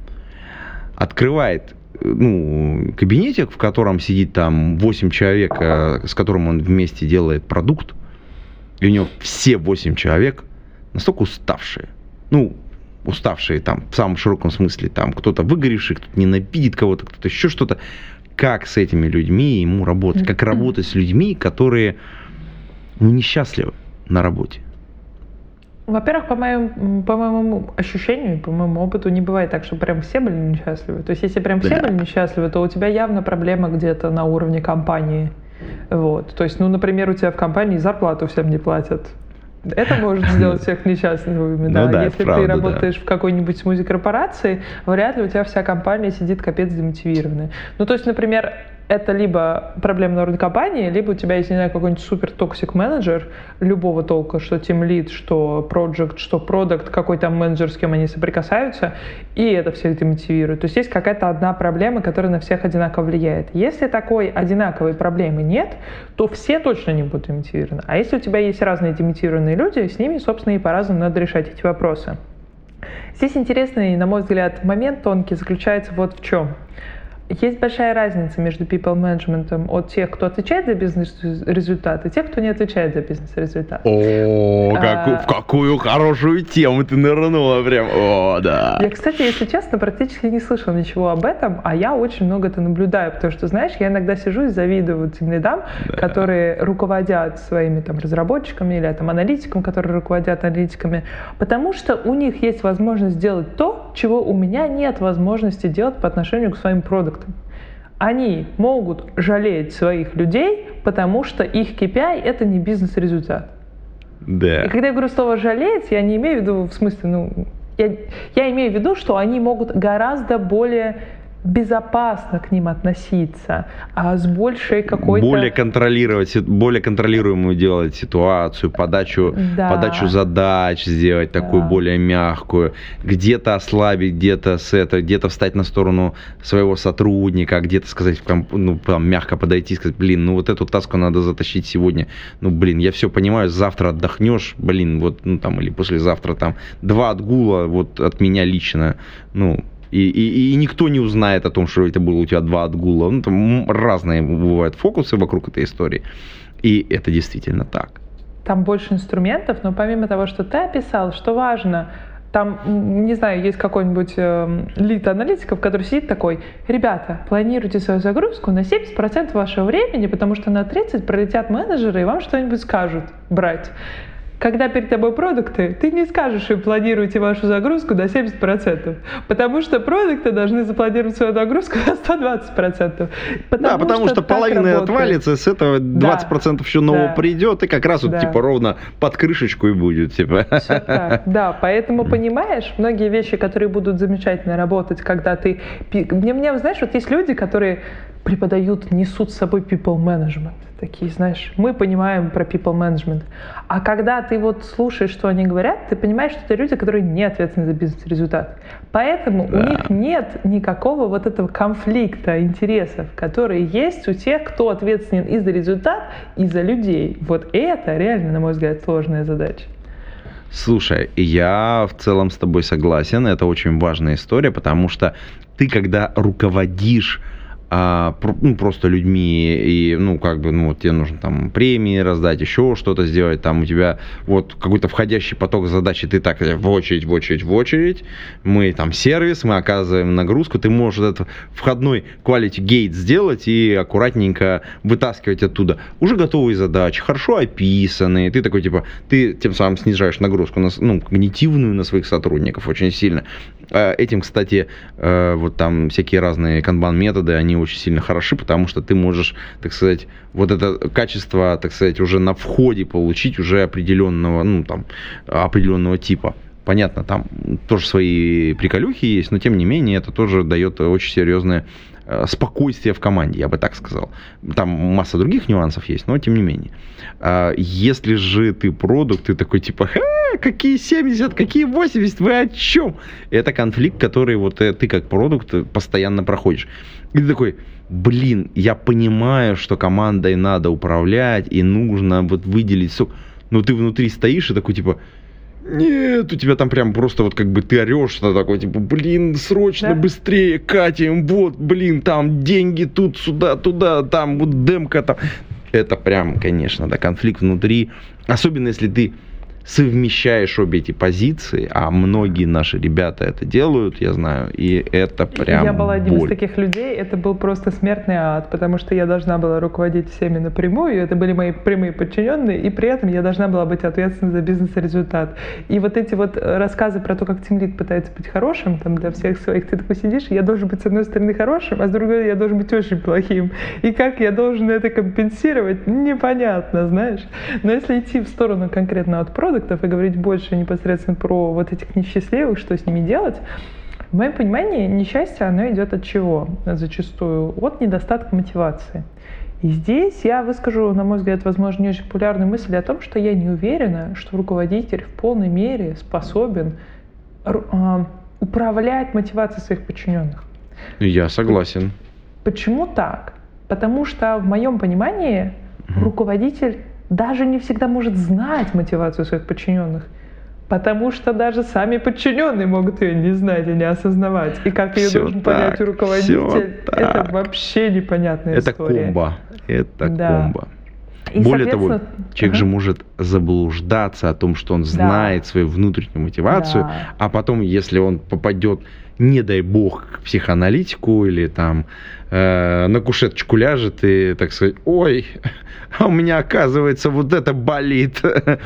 открывает, ну, кабинетик, в котором сидит там восемь человек, с которым он вместе делает продукт, и у него все восемь человек настолько уставшие. Ну, уставшие там в самом широком смысле. Там кто-то выгоревший, кто-то ненавидит кого-то, кто-то еще что-то. Как с этими людьми ему работать? Как работать с людьми, которые, ну, несчастливы на работе? Во-первых, по моему, по моему ощущению, по моему опыту, не бывает так, что прям все были несчастливы. То есть, если прям все да. были несчастливы, то у тебя явно проблема где-то на уровне компании. Вот. То есть, ну, например, у тебя в компании зарплату всем не платят. Это может сделать всех несчастливыми, да. Ну, да, если правда, ты работаешь да. в какой-нибудь смузи-корпорации, вряд ли у тебя вся компания сидит капец демотивированная. Ну, то есть, например, это либо проблема на уровне компании, либо у тебя есть, не знаю, какой-нибудь супер-токсик-менеджер любого толка, что тимлид, что проект, что продакт, какой там менеджер, с кем они соприкасаются, и это всех демотивирует. То есть есть какая-то одна проблема, которая на всех одинаково влияет. Если такой одинаковой проблемы нет, то все точно не будут демотивированы. А если у тебя есть разные демотивированные люди, с ними, собственно, и по-разному надо решать эти вопросы. Здесь интересный, на мой взгляд, момент тонкий заключается вот в чем. Есть большая разница между people management от тех, кто отвечает за бизнес-результат, и тех, кто не отвечает за бизнес-результат. О, какую, а, в какую хорошую тему ты нырнула прям. О, да. Я, кстати, если честно, практически не слышала ничего об этом, а я очень много это наблюдаю, потому что, знаешь, я иногда сижу и завидую тем лидам, да. которые руководят своими там разработчиками или там аналитикам, которые руководят аналитиками, потому что у них есть возможность сделать то, чего у меня нет возможности делать по отношению к своим продуктам. Они могут жалеть своих людей, потому что их кей пи ай — это не бизнес-результат. Да. И когда я говорю слово «жалеть», я не имею в виду, в смысле, ну, я, я имею в виду, что они могут гораздо более безопасно к ним относиться, а с большей какой-то... Более контролировать, более контролируемую делать ситуацию, подачу, да. подачу задач сделать такую да. более мягкую, где-то ослабить, где-то с это, где-то встать на сторону своего сотрудника, где-то сказать, ну, там, мягко подойти, сказать, блин, ну вот эту таску надо затащить сегодня, ну, блин, я все понимаю, завтра отдохнешь, блин, вот, ну, там, или послезавтра, там, два отгула, вот, от меня лично, ну, И, и, и никто не узнает о том, что это было у тебя два отгула. Ну, там разные бывают фокусы вокруг этой истории. И это действительно так. Там больше инструментов, но помимо того, что ты описал, что важно, там, не знаю, есть какой-нибудь э, лид аналитиков, который сидит такой: ребята, планируйте свою загрузку на семьдесят процентов вашего времени, потому что на тридцать процентов пролетят менеджеры и вам что-нибудь скажут брать. Когда перед тобой продукты, ты не скажешь им: планируйте вашу загрузку на семьдесят процентов, потому что продукты должны запланировать свою загрузку на сто двадцать процентов. Потому да, потому что, что половина отвалится, с этого двадцать процентов да, еще нового да, придет, и как раз вот да. типа ровно под крышечку и будет. Типа. Все так, да, поэтому понимаешь, многие вещи, которые будут замечательно работать, когда ты... Мне, мне знаешь, вот есть люди, которые преподают, несут с собой people management. Такие, знаешь, мы понимаем про people management. А когда ты вот слушаешь, что они говорят, ты понимаешь, что это люди, которые не ответственны за бизнес-результат. Поэтому да. у них нет никакого вот этого конфликта интересов, которые есть у тех, кто ответственен и за результат, и за людей. Вот это реально, на мой взгляд, сложная задача. Слушай, я в целом с тобой согласен. Это очень важная история, потому что ты, когда руководишь А, ну, просто людьми, и, ну, как бы, ну, вот тебе нужно там премии раздать, еще что-то сделать, там у тебя вот какой-то входящий поток задач, и ты так в очередь, в очередь, в очередь, мы там сервис, мы оказываем нагрузку, ты можешь этот входной quality gate сделать и аккуратненько вытаскивать оттуда уже готовые задачи, хорошо описанные, ты такой, типа, ты тем самым снижаешь нагрузку, на, ну, когнитивную на своих сотрудников очень сильно. Этим, кстати, вот там всякие разные канбан-методы, они очень сильно хороши, потому что ты можешь, так сказать, вот это качество, так сказать, уже на входе получить уже определенного, ну, там, определенного типа. понятно, там тоже свои приколюхи есть, но тем не менее это тоже дает очень серьезное спокойствие в команде, я бы так сказал. Там масса других нюансов есть, но тем не менее. Если же ты продукт, ты такой типа, ха, какие семьдесят, какие восемьдесят, вы о чем? Это конфликт, который вот ты как продукт постоянно проходишь. И ты такой, блин, я понимаю, что командой надо управлять и нужно вот выделить сок, но ты внутри стоишь и такой типа, нет, у тебя там прям просто вот как бы ты орешь, что такое, типа, блин, срочно, да? Быстрее, катим, вот, блин, там деньги тут, сюда, туда, там вот демка там. Это прям, конечно, да, конфликт внутри, особенно если ты совмещаешь обе эти позиции, а многие наши ребята это делают, я знаю, и это прям Я была одним боль. из таких людей, это был просто смертный ад, потому что я должна была руководить всеми напрямую, это были мои прямые подчиненные, и при этом я должна была быть ответственна за бизнес-результат. И вот эти вот рассказы про то, как тимлид пытается быть хорошим там, для всех своих, ты такой сидишь, я должен быть с одной стороны хорошим, а с другой я должен быть очень плохим. И как я должен это компенсировать, непонятно, знаешь. Но если идти в сторону конкретно от продукта, и говорить больше непосредственно про вот этих несчастливых, что с ними делать, в моем понимании несчастье, оно идет от чего? Зачастую от недостатка мотивации. И здесь я выскажу, на мой взгляд, возможно, не очень популярную мысль о том, что я не уверена, что руководитель в полной мере способен управлять мотивацией своих подчиненных. Я согласен. Почему так? Потому что в моем понимании mm-hmm. руководитель даже не всегда может знать мотивацию своих подчиненных, потому что даже сами подчиненные могут ее не знать и не осознавать. И как ее все должен так, понять руководитель, это вообще непонятная это история. Это комбо. Это да. комбо. И, более того, человек ага. же может заблуждаться о том, что он знает да. свою внутреннюю мотивацию, да. а потом, если он попадет, не дай бог, к психоаналитику или там э, на кушеточку ляжет и, так сказать, ой, а у меня, оказывается, вот это болит.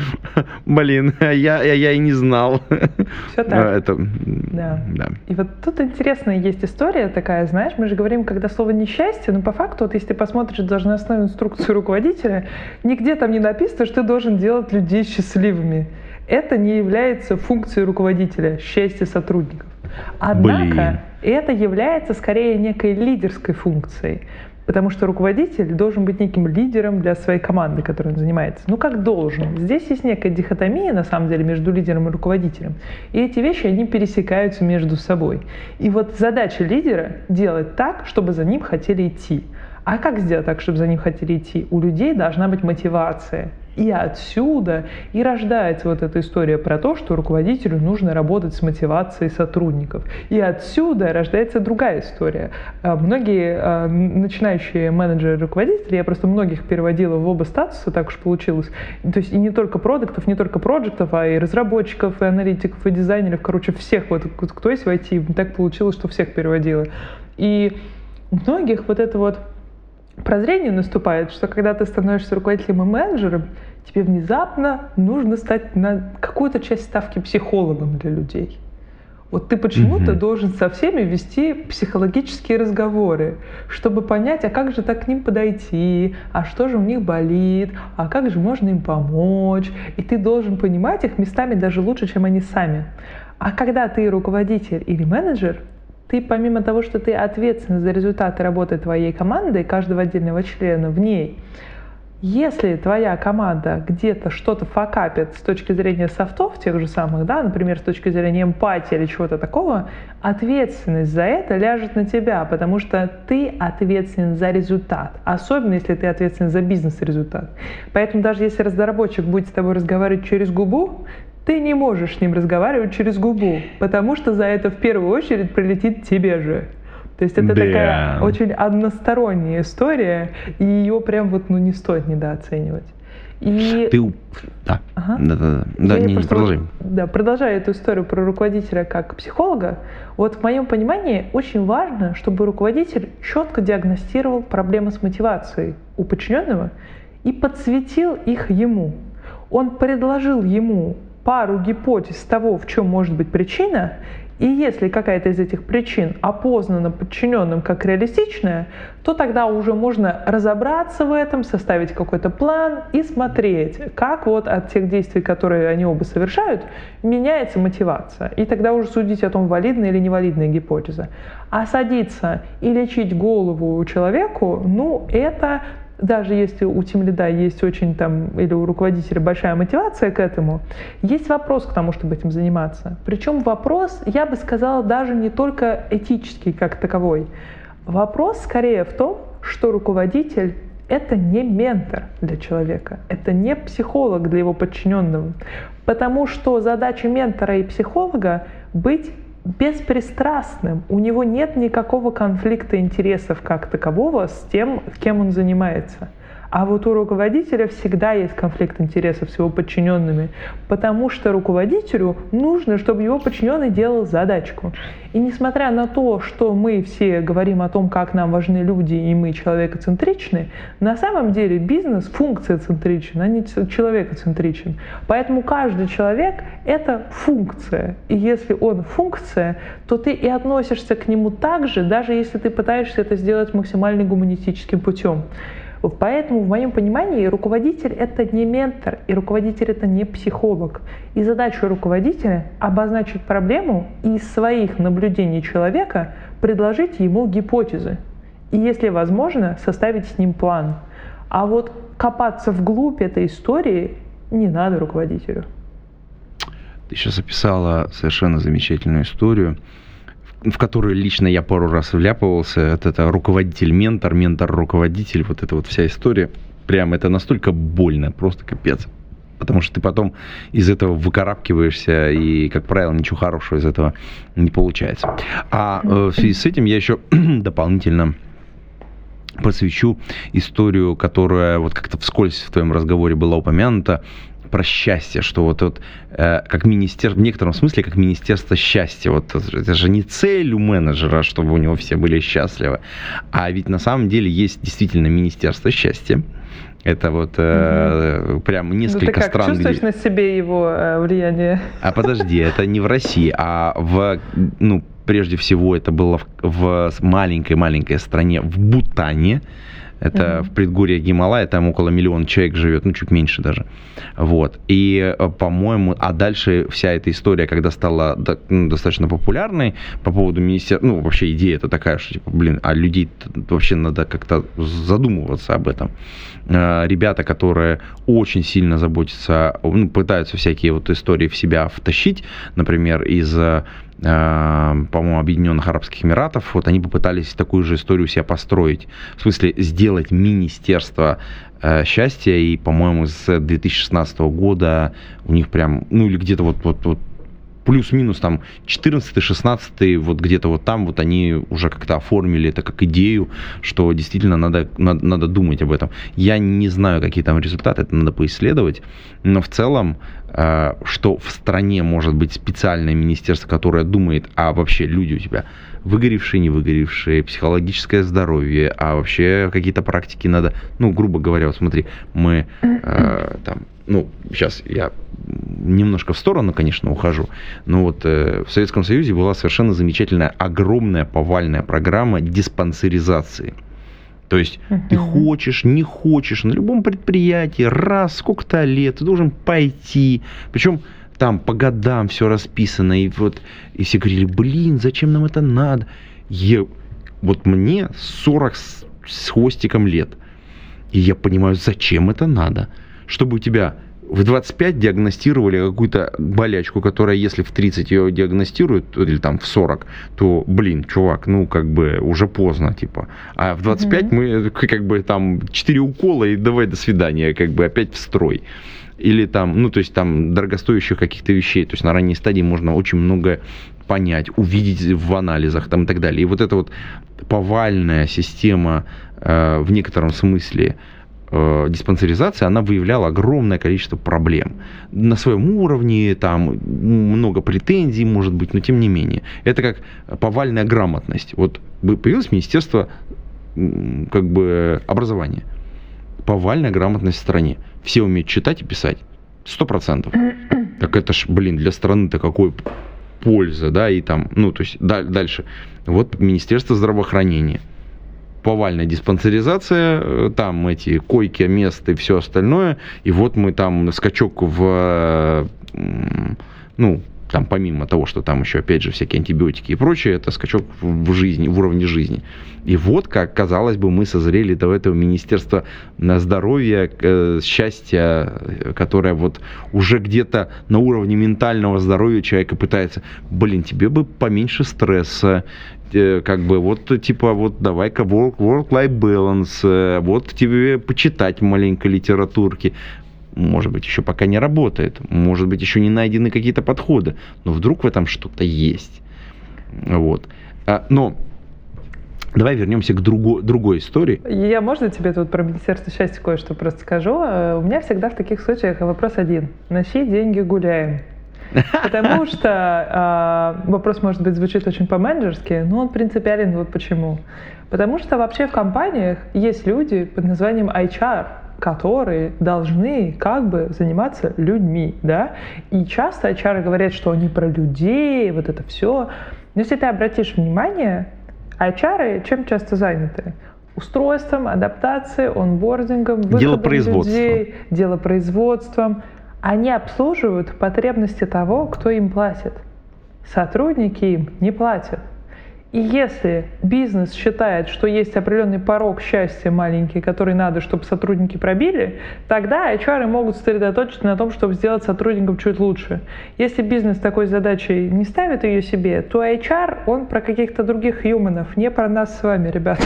Блин, я, я, я и не знал. Все так. Это, да. Да. И вот тут интересная есть история такая, знаешь, мы же говорим, когда слово «несчастье», но по факту, вот если ты посмотришь должностную инструкцию руководителя, нигде там не написано, что ты должен делать людей счастливыми. Это не является функцией руководителя, счастье сотрудников. Однако Блин. это является скорее некой лидерской функцией, потому что руководитель должен быть неким лидером для своей команды, которой он занимается. Ну, как должен. Здесь есть некая дихотомия, на самом деле, между лидером и руководителем. И эти вещи, они пересекаются между собой. И вот задача лидера — делать так, чтобы за ним хотели идти. А как сделать так, чтобы за ним хотели идти? У людей должна быть мотивация. И отсюда и рождается вот эта история про то, что руководителю нужно работать с мотивацией сотрудников. И отсюда рождается другая история. Многие начинающие менеджеры, руководители, я просто многих переводила в оба статуса, так уж получилось. То есть и не только продуктов, не только проектов, а и разработчиков, и аналитиков, и дизайнеров, короче, всех, вот кто есть в ай ти, так получилось, что всех переводила. И у многих вот это вот прозрение наступает, что когда ты становишься руководителем и менеджером, тебе внезапно нужно стать на какую-то часть ставки психологом для людей. Вот ты почему-то mm-hmm. должен со всеми вести психологические разговоры, чтобы понять, а как же так к ним подойти, а что же у них болит, а как же можно им помочь. И ты должен понимать их местами даже лучше, чем они сами. А когда ты руководитель или менеджер, ты помимо того, что ты ответственен за результаты работы твоей команды, каждого отдельного члена в ней, если твоя команда где-то что-то факапит с точки зрения софтов, тех же самых, да, например, с точки зрения эмпатии или чего-то такого, ответственность за это ляжет на тебя, потому что ты ответственен за результат, особенно если ты ответственен за бизнес-результат. Поэтому даже если разработчик будет с тобой разговаривать через губу, ты не можешь с ним разговаривать через губу, потому что за это в первую очередь прилетит тебе же. То есть это да. такая очень односторонняя история, и ее прям вот ну, не стоит недооценивать. И... Ты... Да, ага. да, да, да. да не, не продолжай. Да, продолжая эту историю про руководителя как психолога, вот в моем понимании очень важно, чтобы руководитель четко диагностировал проблемы с мотивацией у подчиненного и подсветил их ему. Он предложил ему пару гипотез того, в чем может быть причина, И если какая-то из этих причин опознана подчиненным как реалистичная, то тогда уже можно разобраться в этом, составить какой-то план и смотреть, как вот от тех действий, которые они оба совершают, меняется мотивация. И тогда уже судить о том, валидная или невалидная гипотеза. А садиться и лечить голову человеку, ну, это... Даже если у тимлида есть очень там, или у руководителя большая мотивация к этому, есть вопрос к тому, чтобы этим заниматься. Причем вопрос, я бы сказала, даже не только этический как таковой. Вопрос скорее в том, что руководитель — это не ментор для человека, это не психолог для его подчиненного. Потому что задача ментора и психолога — быть беспристрастным. У него нет никакого конфликта интересов как такового с тем, кем он занимается. А вот у руководителя всегда есть конфликт интересов с его подчиненными, потому что руководителю нужно, чтобы его подчиненный делал задачку. И несмотря на то, что мы все говорим о том, как нам важны люди, и мы человекоцентричны, на самом деле бизнес функция-центричен, а не человекоцентричен. Поэтому каждый человек — это функция. И если он функция, то ты и относишься к нему так же, даже если ты пытаешься это сделать максимально гуманистическим путем. Поэтому, в моем понимании, руководитель — это не ментор, и руководитель — это не психолог. И задача руководителя — обозначить проблему и из своих наблюдений человека предложить ему гипотезы. И, если возможно, составить с ним план. А вот копаться вглубь этой истории не надо руководителю. Ты сейчас описала совершенно замечательную историю, в которую лично я пару раз вляпывался. Это, это руководитель-ментор, ментор-руководитель, вот эта вот вся история. Прям это настолько больно, просто капец. Потому что ты потом из этого выкарабкиваешься, и, как правило, ничего хорошего из этого не получается. А э, в связи с этим я еще дополнительно посвящу историю, которая вот как-то вскользь в твоем разговоре была упомянута, про счастье, что вот, вот э, как министерство, в некотором смысле, как министерство счастья. Вот это же не цель у менеджера, чтобы у него все были счастливы. А ведь на самом деле есть действительно министерство счастья. Это вот э, угу. прям несколько ну, ты как, стран. Чувствуешь где... на себе его э, влияние? А подожди, это не в России, а в, ну, прежде всего, это было в, в маленькой-маленькой стране, в Бутане. Это mm-hmm. в предгорье Гималая, там около миллиона человек живет, ну, чуть меньше даже. Вот. И, по-моему, а дальше вся эта история, когда стала ну, достаточно популярной по поводу министерства, ну, вообще идея это такая, что, типа, блин, а людей вообще надо как-то задумываться об этом. Ребята, которые очень сильно заботятся, ну, пытаются всякие вот истории в себя втащить, например, из... по-моему, Объединенных Арабских Эмиратов, вот они попытались такую же историю себя построить. В смысле, сделать министерство э, счастья, и, по-моему, с две тысячи шестнадцатого года у них прям, ну или где-то вот, вот, вот плюс-минус там четырнадцатый шестнадцатый, вот где-то вот там вот они уже как-то оформили это как идею, что действительно надо, надо, надо думать об этом. Я не знаю, какие там результаты, это надо поисследовать, но в целом, э, что в стране может быть специальное министерство, которое думает, а вообще люди у тебя выгоревшие, не выгоревшие, психологическое здоровье, а вообще какие-то практики надо, ну, грубо говоря, вот смотри, мы э, там, ну, сейчас я немножко в сторону, конечно, ухожу, но вот э, в Советском Союзе была совершенно замечательная, огромная повальная программа диспансеризации. То есть uh-huh. ты хочешь, не хочешь, на любом предприятии, раз сколько-то лет, ты должен пойти, причем там по годам все расписано, и вот и все говорили, блин, зачем нам это надо? Я, вот мне сорок с, с хвостиком лет, и я понимаю, зачем это надо, чтобы у тебя в двадцать пять диагностировали какую-то болячку, которая, если в тридцать ее диагностируют, или там в сорок, то, блин, чувак, ну, как бы уже поздно, типа. А в двадцать пять mm-hmm. мы, как бы, там, четыре укола и давай до свидания, как бы, опять в строй. Или там, ну, то есть там дорогостоящих каких-то вещей. То есть на ранней стадии можно очень много понять, увидеть в анализах там и так далее. И вот эта вот повальная система э, в некотором смысле диспансеризация, она выявляла огромное количество проблем. На своем уровне, там много претензий, может быть, но тем не менее. Это как повальная грамотность. Вот появилось Министерство как бы образования. Повальная грамотность в стране. Все умеют читать и писать. Сто процентов. Так это ж, блин, для страны-то какой польза, да, и там, ну, то есть да, дальше. Вот Министерство здравоохранения. Повальная диспансеризация, там эти койки, места и все остальное. И вот мы там скачок в, ну, там помимо того, что там еще, опять же, всякие антибиотики и прочее, это скачок в жизни, в уровне жизни. И вот, как казалось бы, мы созрели до этого Министерства здоровья, э, счастья, которое вот уже где-то на уровне ментального здоровья человека пытается, блин, тебе бы поменьше стресса, э, как бы вот типа вот давай-ка work-life balance, э, вот тебе почитать маленько литературки. Может быть, еще пока не работает, может быть, еще не найдены какие-то подходы, но вдруг в этом что-то есть. Вот. Но давай вернемся к друго, другой истории. Я, можно тебе тут про Министерство счастья кое-что просто скажу? У меня всегда в таких случаях вопрос один. На чьи деньги гуляем? Потому что э, вопрос, может быть, звучит очень по-менеджерски, но он принципиален. Вот почему. Потому что вообще в компаниях есть люди под названием эйч ар, которые должны как бы заниматься людьми, да, и часто эйч ар говорят, что они про людей, вот это все. Но если ты обратишь внимание, эйч ар чем часто заняты? Устройством, адаптацией, онбордингом, выходом людей, делопроизводством. Они обслуживают потребности того, кто им платит. Сотрудники им не платят. И если бизнес считает, что есть определенный порог счастья маленький, который надо, чтобы сотрудники пробили, тогда эйч ар могут сосредоточиться на том, чтобы сделать сотрудникам чуть лучше. Если бизнес такой задачей не ставит ее себе, то эйч ар, он про каких-то других юманов, не про нас с вами, ребята.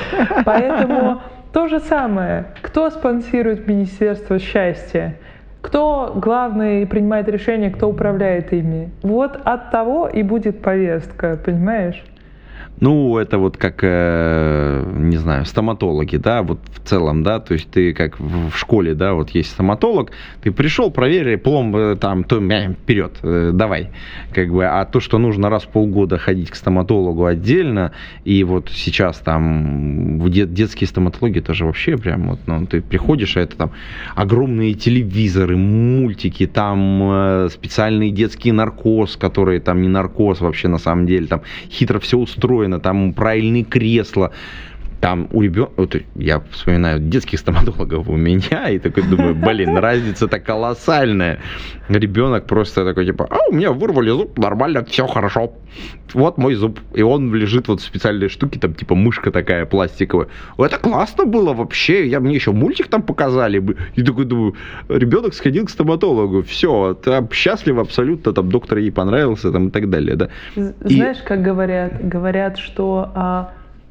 Поэтому то же самое. Кто спонсирует Министерство счастья? Кто главный принимает решения, кто управляет ими? Вот от того и будет повестка, понимаешь? Ну, это вот как, э, не знаю, стоматологи, да, вот в целом, да, то есть ты как в школе, да, вот есть стоматолог, ты пришел, проверили, пломб там, то вперед, э, давай, как бы, а то, что нужно раз в полгода ходить к стоматологу отдельно, и вот сейчас там в дет, детские стоматологи, это же вообще прям, вот, ну, ты приходишь, а это там огромные телевизоры, мультики, там э, специальный детский наркоз, который там не наркоз вообще на самом деле, там хитро все устроено, там правильные кресла, там у ребенка, вот я вспоминаю детских стоматологов у меня, и такой думаю, блин, разница-то колоссальная. Ребенок просто такой, типа, а, у меня вырвали зуб, нормально, все хорошо. Вот мой зуб. И он лежит вот в специальной штуке, там типа мышка такая пластиковая. Это классно было вообще, я, мне еще мультик там показали бы. И такой думаю, ребенок сходил к стоматологу, все, там счастлив абсолютно, там доктор ей понравился, там и так далее, да. Знаешь, и... как говорят? Говорят, что... А...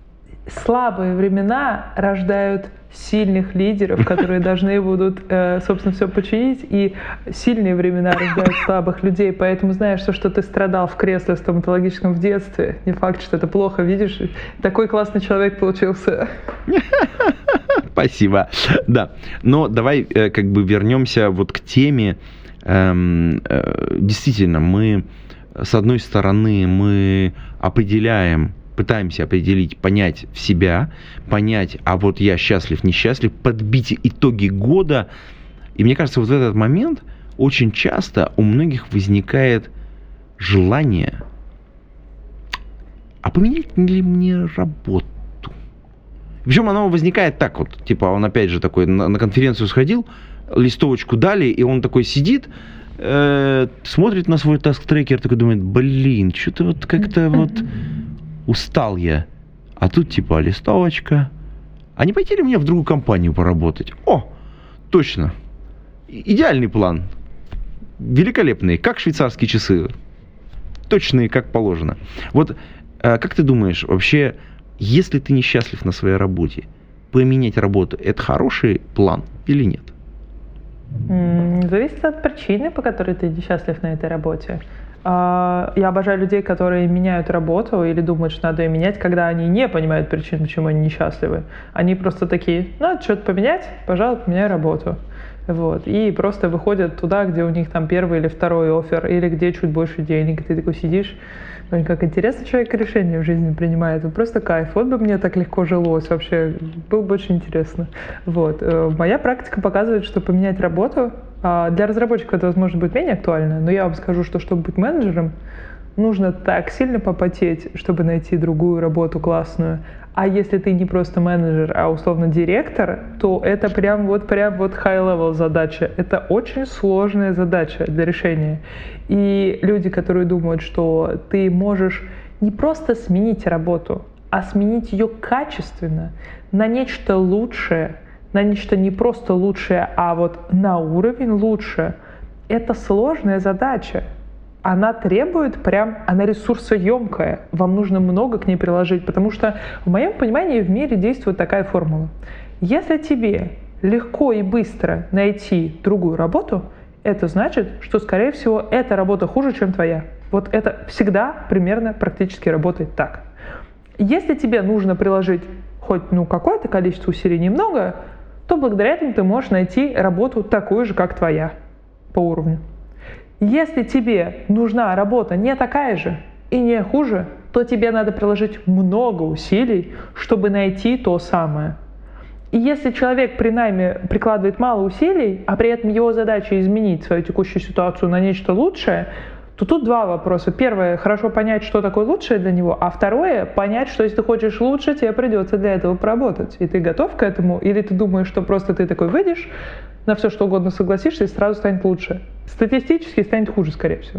слабые времена рождают сильных лидеров, которые должны будут, собственно, все починить, и сильные времена рождают слабых людей. Поэтому знаешь, что, что ты страдал в кресле стоматологическом в детстве, не факт, что это плохо, видишь, такой классный человек получился. Спасибо. Да, но давай как бы вернемся вот к теме. Действительно, мы, с одной стороны, мы определяем, пытаемся определить, понять в себя, понять, а вот я счастлив, несчастлив, подбить итоги года. И мне кажется, вот в этот момент очень часто у многих возникает желание, а поменять ли мне работу? Причем оно возникает так вот, типа он опять же такой на, на конференцию сходил, листовочку дали, и он такой сидит, э, смотрит на свой таск-трекер, такой думает, блин, что-то вот как-то вот... устал я. А тут типа листовочка. А не пойти ли мне в другую компанию поработать? О, точно. Идеальный план. Великолепный. Как швейцарские часы. Точные, как положено. Вот как ты думаешь, вообще, если ты несчастлив на своей работе, поменять работу, это хороший план или нет? Зависит от причины, по которой ты несчастлив на этой работе. Я обожаю людей, которые меняют работу или думают, что надо ее менять, когда они не понимают причин, почему они несчастливы. Они просто такие, надо что-то поменять, пожалуй, поменяй работу. Вот. И просто выходят туда, где у них там первый или второй оффер, или где чуть больше денег. И ты такой сидишь, блин, как интересно человек решения в жизни принимает. Просто кайф. Вот бы мне так легко жилось вообще. Было бы очень интересно. Вот. Моя практика показывает, что поменять работу для разработчиков это, возможно, будет менее актуально, но я вам скажу, что чтобы быть менеджером, нужно так сильно попотеть, чтобы найти другую работу классную. А если ты не просто менеджер, а условно директор, то это прям вот прям вот high-level задача. Это очень сложная задача для решения. И люди, которые думают, что ты можешь не просто сменить работу, а сменить ее качественно на нечто лучшее, на нечто не просто лучшее, а вот на уровень лучше, это сложная задача. Она требует прям, она ресурсоемкая, вам нужно много к ней приложить, потому что в моем понимании в мире действует такая формула. Если тебе легко и быстро найти другую работу, это значит, что, скорее всего, эта работа хуже, чем твоя. Вот это всегда примерно практически работает так. Если тебе нужно приложить хоть ну, какое-то количество усилий, немного, то благодаря этому ты можешь найти работу такую же, как твоя по уровню. Если тебе нужна работа не такая же и не хуже, то тебе надо приложить много усилий, чтобы найти то самое. И если человек при найме прикладывает мало усилий, а при этом его задача изменить свою текущую ситуацию на нечто лучшее, то тут два вопроса. Первое, хорошо понять, что такое лучшее для него, а второе, понять, что если ты хочешь лучше, тебе придется для этого поработать. И ты готов к этому? Или ты думаешь, что просто ты такой выйдешь, на все что угодно согласишься и сразу станет лучше? Статистически станет хуже, скорее всего.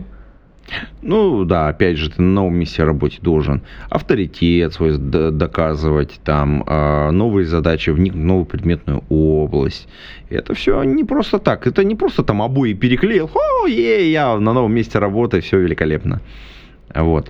Ну да, опять же, ты на новом месте работы должен авторитет свой доказывать, там новые задачи, вникнуть в новую предметную область. Это все не просто так. Это не просто там обои переклеил, о, е, я на новом месте работаю, все великолепно. Вот.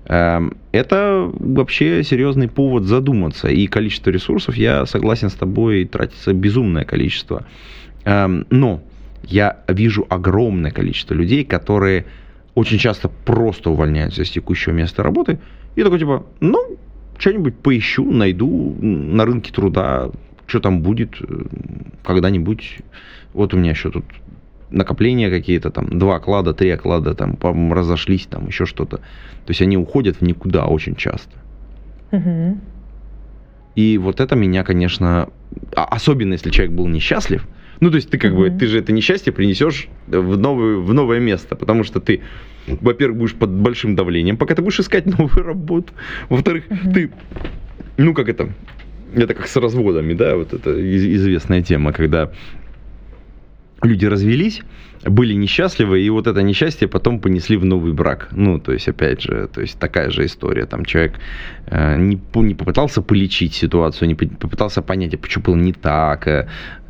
Это вообще серьезный повод задуматься. И количество ресурсов, я согласен с тобой, тратится безумное количество. Но я вижу огромное количество людей, которые очень часто просто увольняются с текущего места работы и такой типа, ну, что-нибудь поищу, найду на рынке труда, что там будет когда-нибудь. Вот у меня еще тут накопления какие-то, там, два оклада, три оклада, там, разошлись, там, еще что-то. То есть они уходят в никуда очень часто. Угу. И вот это меня, конечно, особенно если человек был несчастлив. Ну, то есть ты как mm-hmm. бы, ты же это несчастье принесешь в, новую, в новое место, потому что ты, во-первых, будешь под большим давлением, пока ты будешь искать новую работу. Во-вторых, mm-hmm. ты, ну, как это, это как с разводами, да, вот это известная тема, когда люди развелись, были несчастливы, и вот это несчастье потом понесли в новый брак. Ну, то есть, опять же, то есть такая же история. Там человек э, не, не попытался полечить ситуацию, не попытался понять, а почему было не так. Э,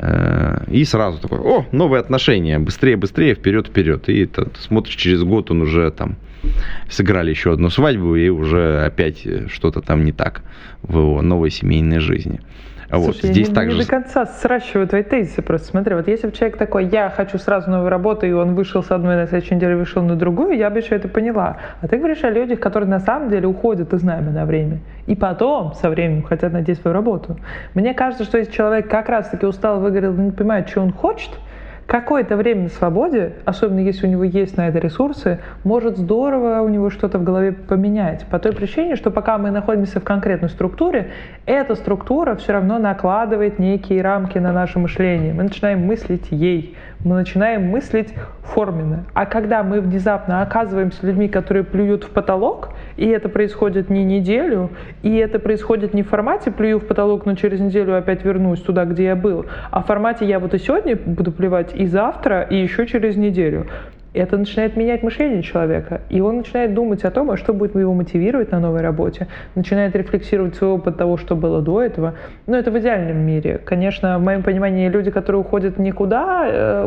э, и сразу такой, о, новые отношения, быстрее, быстрее, вперед, вперед. И это, ты смотришь, через год он уже там сыграли еще одну свадьбу, и уже опять что-то там не так в его новой семейной жизни. Вот, слушай, здесь я также... не до конца сращиваю твои тезисы просто. Смотри, вот если бы человек такой, я хочу сразу новую работу, и он вышел с одной, на следующей неделе вышел на другую, я бы еще это поняла. А ты говоришь о людях, которые на самом деле уходят из найма на время. И потом, со временем, хотят найти свою работу. Мне кажется, что если человек как раз-таки устал, выгорел, не понимает, что он хочет, какое-то время на свободе, особенно если у него есть на это ресурсы, может здорово у него что-то в голове поменять. По той причине, что пока мы находимся в конкретной структуре, эта структура все равно накладывает некие рамки на наше мышление. Мы начинаем мыслить ей, мы начинаем мыслить форменно. А когда мы внезапно оказываемся людьми, которые плюют в потолок, и это происходит не неделю, и это происходит не в формате «плюю в потолок, но через неделю опять вернусь туда, где я был», а в формате «я вот и сегодня буду плевать, и завтра, и еще через неделю». Это начинает менять мышление человека, и он начинает думать о том, а что будет его мотивировать на новой работе, начинает рефлексировать свой опыт того, что было до этого. Но это в идеальном мире. Конечно, в моем понимании, люди, которые уходят в никуда, э,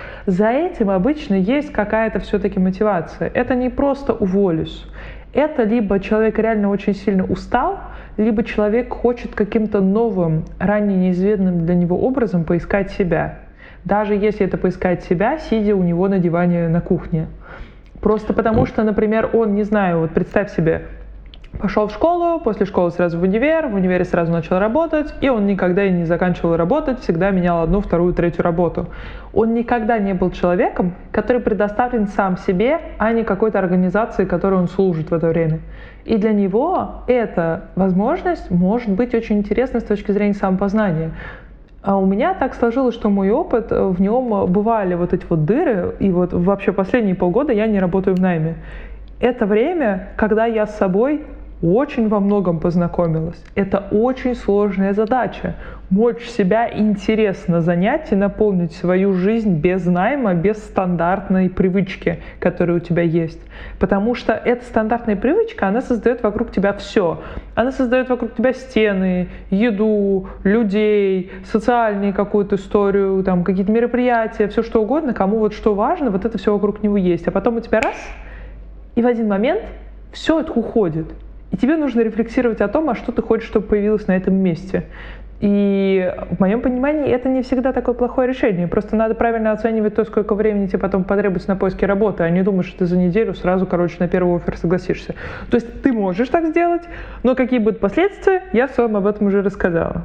за этим обычно есть какая-то все-таки мотивация. Это не просто «уволюсь». Это либо человек реально очень сильно устал, либо человек хочет каким-то новым, ранее неизвестным для него образом поискать себя. Даже если это поискать себя, сидя у него на диване на кухне. Просто потому что, например, он, не знаю, вот представь себе, пошел в школу, после школы сразу в универ, в универе сразу начал работать, и он никогда и не заканчивал работать, всегда менял одну, вторую, третью работу. Он никогда не был человеком, который предоставлен сам себе, а не какой-то организации, которой он служит в это время. И для него эта возможность может быть очень интересна с точки зрения самопознания. А у меня так сложилось, что мой опыт, в нем бывали вот эти вот дыры, и вот вообще последние полгода я не работаю в найме. это время, когда я с собой очень во многом познакомилась. Это очень сложная задача. Мочь себя интересно занять и наполнить свою жизнь без найма, без стандартной привычки, которая у тебя есть. Потому что эта стандартная привычка, она создает вокруг тебя все. Она создает вокруг тебя стены, еду, людей, социальную какую-то историю, там, какие-то мероприятия, все что угодно, кому вот что важно, вот это все вокруг него есть. А потом у тебя раз, и в один момент все это уходит. И тебе нужно рефлексировать о том, а что ты хочешь, чтобы появилось на этом месте. И в моем понимании это не всегда такое плохое решение. Просто надо правильно оценивать то, сколько времени тебе потом потребуется на поиске работы, а не думать, что ты за неделю сразу, короче, на первый оффер согласишься. То есть ты можешь так сделать, но какие будут последствия, я в целом об этом уже рассказала.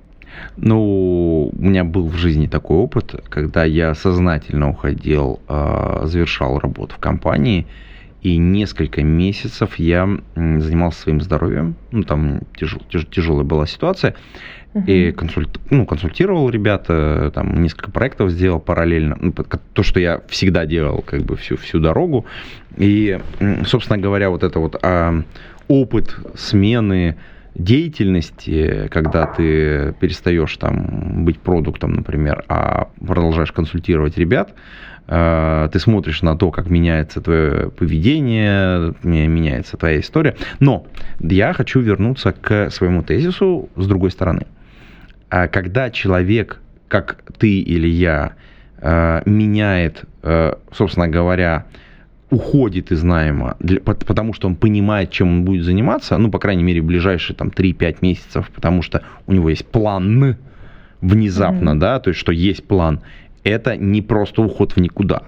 Ну, у меня был в жизни такой опыт, когда я сознательно уходил, завершал работу в компании, и несколько месяцев я занимался своим здоровьем. Ну, там тяжел, тяж, тяжелая была ситуация. Uh-huh. И консульт, ну, консультировал ребята, там несколько проектов сделал параллельно. Ну, то, что я всегда делал как бы всю, всю дорогу. И, собственно говоря, вот это вот а, опыт смены деятельности, когда ты перестаешь там быть продуктом, например, а продолжаешь консультировать ребят, ты смотришь на то, как меняется твое поведение, меняется твоя история. Но я хочу вернуться к своему тезису с другой стороны. Когда человек, как ты или я, меняет, собственно говоря, уходит из найма, для, потому что он понимает, чем он будет заниматься, ну, по крайней мере, в ближайшие там, три-пять месяцев, потому что у него есть план внезапно, mm-hmm. да, то есть, что есть план. Это не просто уход в никуда.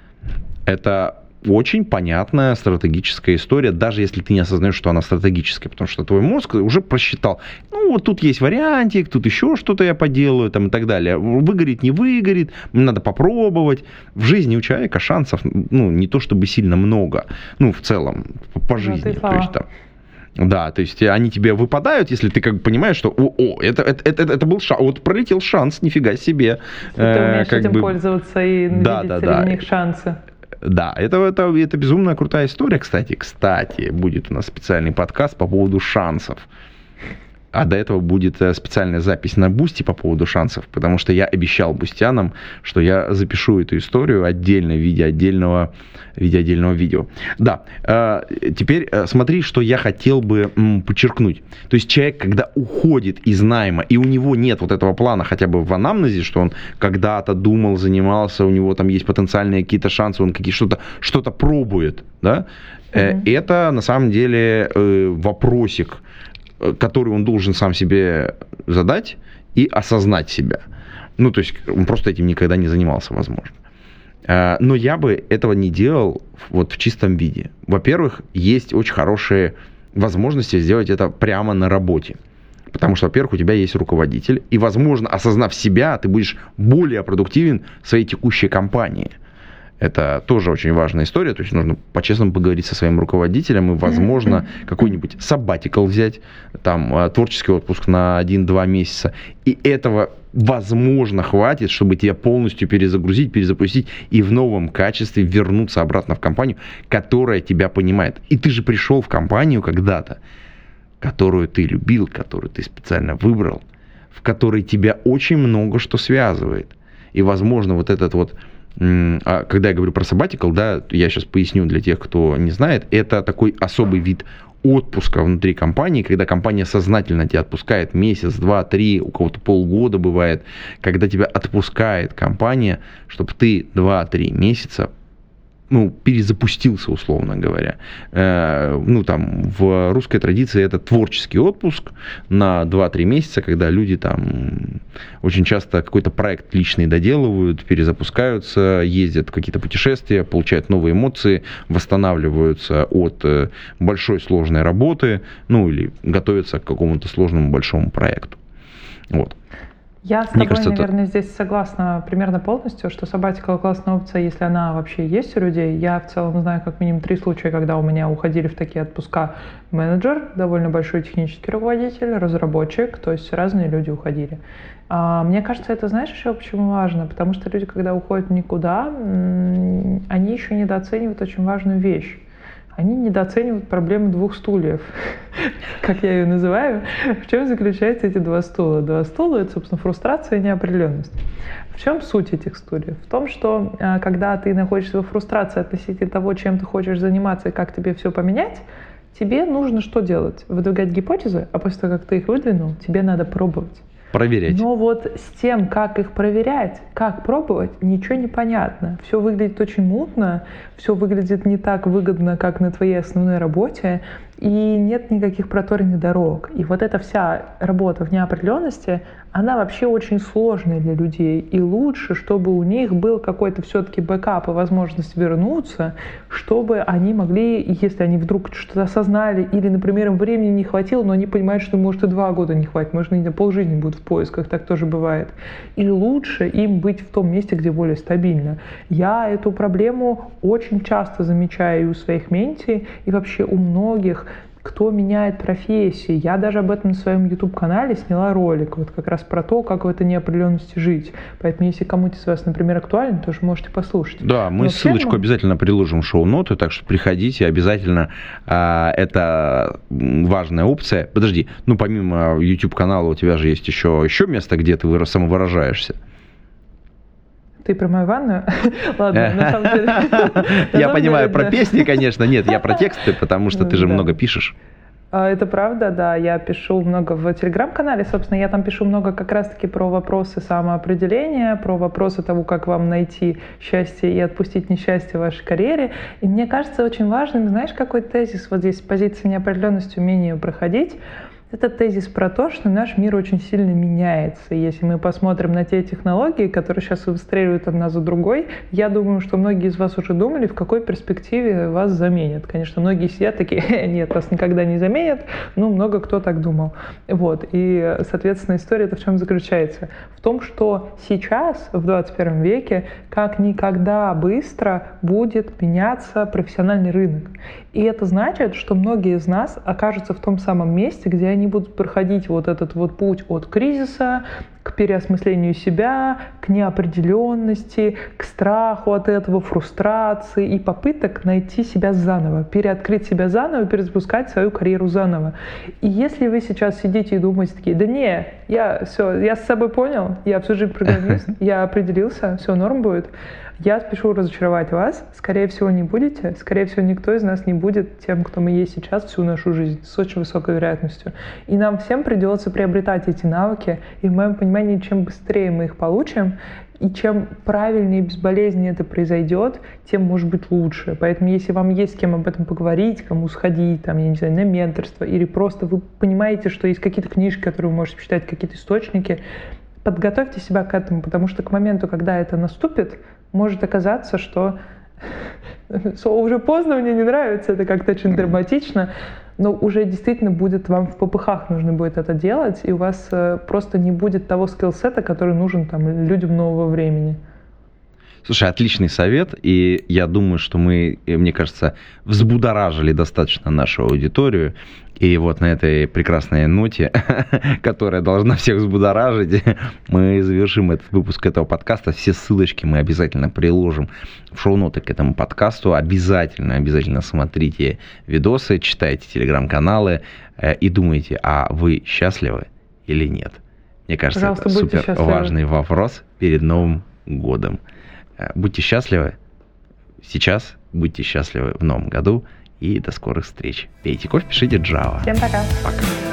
Это очень понятная стратегическая история, даже если ты не осознаешь, что она стратегическая, потому что твой мозг уже просчитал, ну, вот тут есть вариантик, тут еще что-то я поделаю, там, и так далее. Выгорит, не выгорит, надо попробовать. В жизни у человека шансов, ну, не то чтобы сильно много, ну, в целом, по жизни. То есть, там, да, то есть они тебе выпадают, если ты как бы понимаешь, что о, о это, это, это, это был шанс, вот пролетел шанс, нифига себе. Ты умеешь этим бы... пользоваться и да, видеть да, среди да. них шансы. Да, это, это, это безумно крутая история, кстати. Кстати, будет у нас специальный подкаст по поводу шансов. А до этого будет специальная запись на Бусти по поводу шансов, потому что я обещал бустянам, что я запишу эту историю отдельно в виде отдельного, в виде отдельного видео. Да, теперь смотри, что я хотел бы подчеркнуть. То есть человек, когда уходит из найма, и у него нет вот этого плана хотя бы в анамнезе, что он когда-то думал, занимался, у него там есть потенциальные какие-то шансы, он какие что-то, что-то пробует, да, mm-hmm. это на самом деле вопросик, который он должен сам себе задать и осознать себя. Ну, то есть он просто этим никогда не занимался, возможно. Но я бы этого не делал вот в чистом виде. Во-первых, есть очень хорошие возможности сделать это прямо на работе. Потому что, во-первых, у тебя есть руководитель, и, возможно, осознав себя, ты будешь более продуктивен в своей текущей компании. Это тоже очень важная история, то есть нужно по-честному поговорить со своим руководителем и, возможно, какой-нибудь саббатикл взять, там, творческий отпуск на один-два месяца. И этого, возможно, хватит, чтобы тебя полностью перезагрузить, перезапустить и в новом качестве вернуться обратно в компанию, которая тебя понимает. И ты же пришел в компанию когда-то, которую ты любил, которую ты специально выбрал, в которой тебя очень много что связывает. И, возможно, вот этот вот... Когда я говорю про sabbatical, да, я сейчас поясню для тех, кто не знает, это такой особый вид отпуска внутри компании, когда компания сознательно тебя отпускает месяц, два, три, у кого-то полгода бывает, когда тебя отпускает компания, чтобы ты два-три месяца, ну, перезапустился, условно говоря. Э, ну, там, в русской традиции это творческий отпуск на два-три месяца, когда люди там очень часто какой-то проект личный доделывают, перезапускаются, ездят в какие-то путешествия, получают новые эмоции, восстанавливаются от большой сложной работы, ну, или готовятся к какому-то сложному большому проекту. Вот. Я с тобой, кажется, наверное, это... здесь согласна примерно полностью, что sabbatical классная опция, если она вообще есть у людей. Я в целом знаю как минимум три случая, когда у меня уходили в такие отпуска менеджер, довольно большой технический руководитель, разработчик, то есть разные люди уходили. А, мне кажется, это, знаешь, еще почему важно? Потому что люди, когда уходят в никуда, они еще недооценивают очень важную вещь. они недооценивают проблему двух стульев, как я ее называю. В чем заключаются эти два стула? Два стула — это, собственно, фрустрация и неопределенность. В чем суть этих стульев? В том, что когда ты находишься во фрустрации относительно того, чем ты хочешь заниматься и как тебе все поменять, тебе нужно что делать? Выдвигать гипотезы, а после того, как ты их выдвинул, тебе надо пробовать. Проверять. Но вот с тем, как их проверять, как пробовать, ничего не понятно. Все выглядит очень мутно, все выглядит не так выгодно, как на твоей основной работе, и нет никаких проторенных дорог. И вот эта вся работа в неопределенности, она вообще очень сложная для людей. И лучше, чтобы у них был какой-то все-таки бэкап и возможность вернуться, чтобы они могли, если они вдруг что-то осознали, или, например, им времени не хватило, но они понимают, что, может, и два года не хватит, может, они полжизни будут в поисках, так тоже бывает. Или лучше им быть в том месте, где более стабильно. Я эту проблему очень часто замечаю и у своих менти, и вообще у многих, кто меняет профессии. Я даже об этом на своем YouTube-канале сняла ролик, вот как раз про то, как в этой неопределенности жить. Поэтому, если кому-то из вас, например, актуально, тоже можете послушать. Да, мы Но ссылочку мы... обязательно приложим в шоу-ноты, так что приходите обязательно. А, это важная опция. Подожди, ну помимо YouTube-канала у тебя же есть еще, еще место, где ты самовыражаешься. Ты про мою ванную? Ладно, на самом деле... Я понимаю, про песни, конечно, нет, я про тексты, потому что ты же много пишешь. Это правда, да, я пишу много в Телеграм-канале, собственно, я там пишу много как раз-таки про вопросы самоопределения, про вопросы того, как вам найти счастье и отпустить несчастье в вашей карьере. И мне кажется очень важным, знаешь, какой тезис вот здесь, позиция неопределенности, умение ее проходить. Это тезис про то, что наш мир очень сильно меняется. Если мы посмотрим на те технологии, которые сейчас выстреливают одна за другой, я думаю, что многие из вас уже думали, в какой перспективе вас заменят. Конечно, многие сидят такие, нет, вас никогда не заменят, но много кто так думал. Вот. И, соответственно, история это в чем заключается? В том, что сейчас, в двадцать первом веке, как никогда быстро будет меняться профессиональный рынок. И это значит, что многие из нас окажутся в том самом месте, где они будут проходить вот этот вот путь от кризиса к переосмыслению себя, к неопределенности, к страху от этого, фрустрации и попыток найти себя заново, переоткрыть себя заново, перезапускать свою карьеру заново. И если вы сейчас сидите и думаете такие, да не, я все, я с собой понял, я всю жизнь программист, я определился, все норм будет, я спешу разочаровать вас. Скорее всего, не будете. Скорее всего, никто из нас не будет тем, кто мы есть сейчас всю нашу жизнь, с очень высокой вероятностью. И нам всем придется приобретать эти навыки. И в моем понимании, чем быстрее мы их получим, и чем правильнее и безболезненнее это произойдет, тем может быть лучше. Поэтому, если вам есть с кем об этом поговорить, кому сходить, там, я не знаю, на менторство, или просто вы понимаете, что есть какие-то книжки, которые вы можете почитать, какие-то источники, подготовьте себя к этому, потому что к моменту, когда это наступит, может оказаться, что уже поздно, мне не нравится, это как-то очень драматично, но уже действительно будет вам в попыхах нужно будет это делать, и у вас просто не будет того скиллсета, который нужен там людям нового времени. Слушай, отличный совет, и я думаю, что мы, мне кажется, взбудоражили достаточно нашу аудиторию, и вот на этой прекрасной ноте, которая должна всех взбудоражить, мы завершим этот выпуск этого подкаста. Все ссылочки мы обязательно приложим в шоу-ноты к этому подкасту. Обязательно, обязательно смотрите видосы, читайте телеграм-каналы и думайте, а вы счастливы или нет? Мне кажется, Пожалуйста, это супер счастливы. важный вопрос перед Новым годом. Будьте счастливы сейчас, будьте счастливы в новом году и до скорых встреч. Пейте кофе, пишите Java. Всем пока. Пока.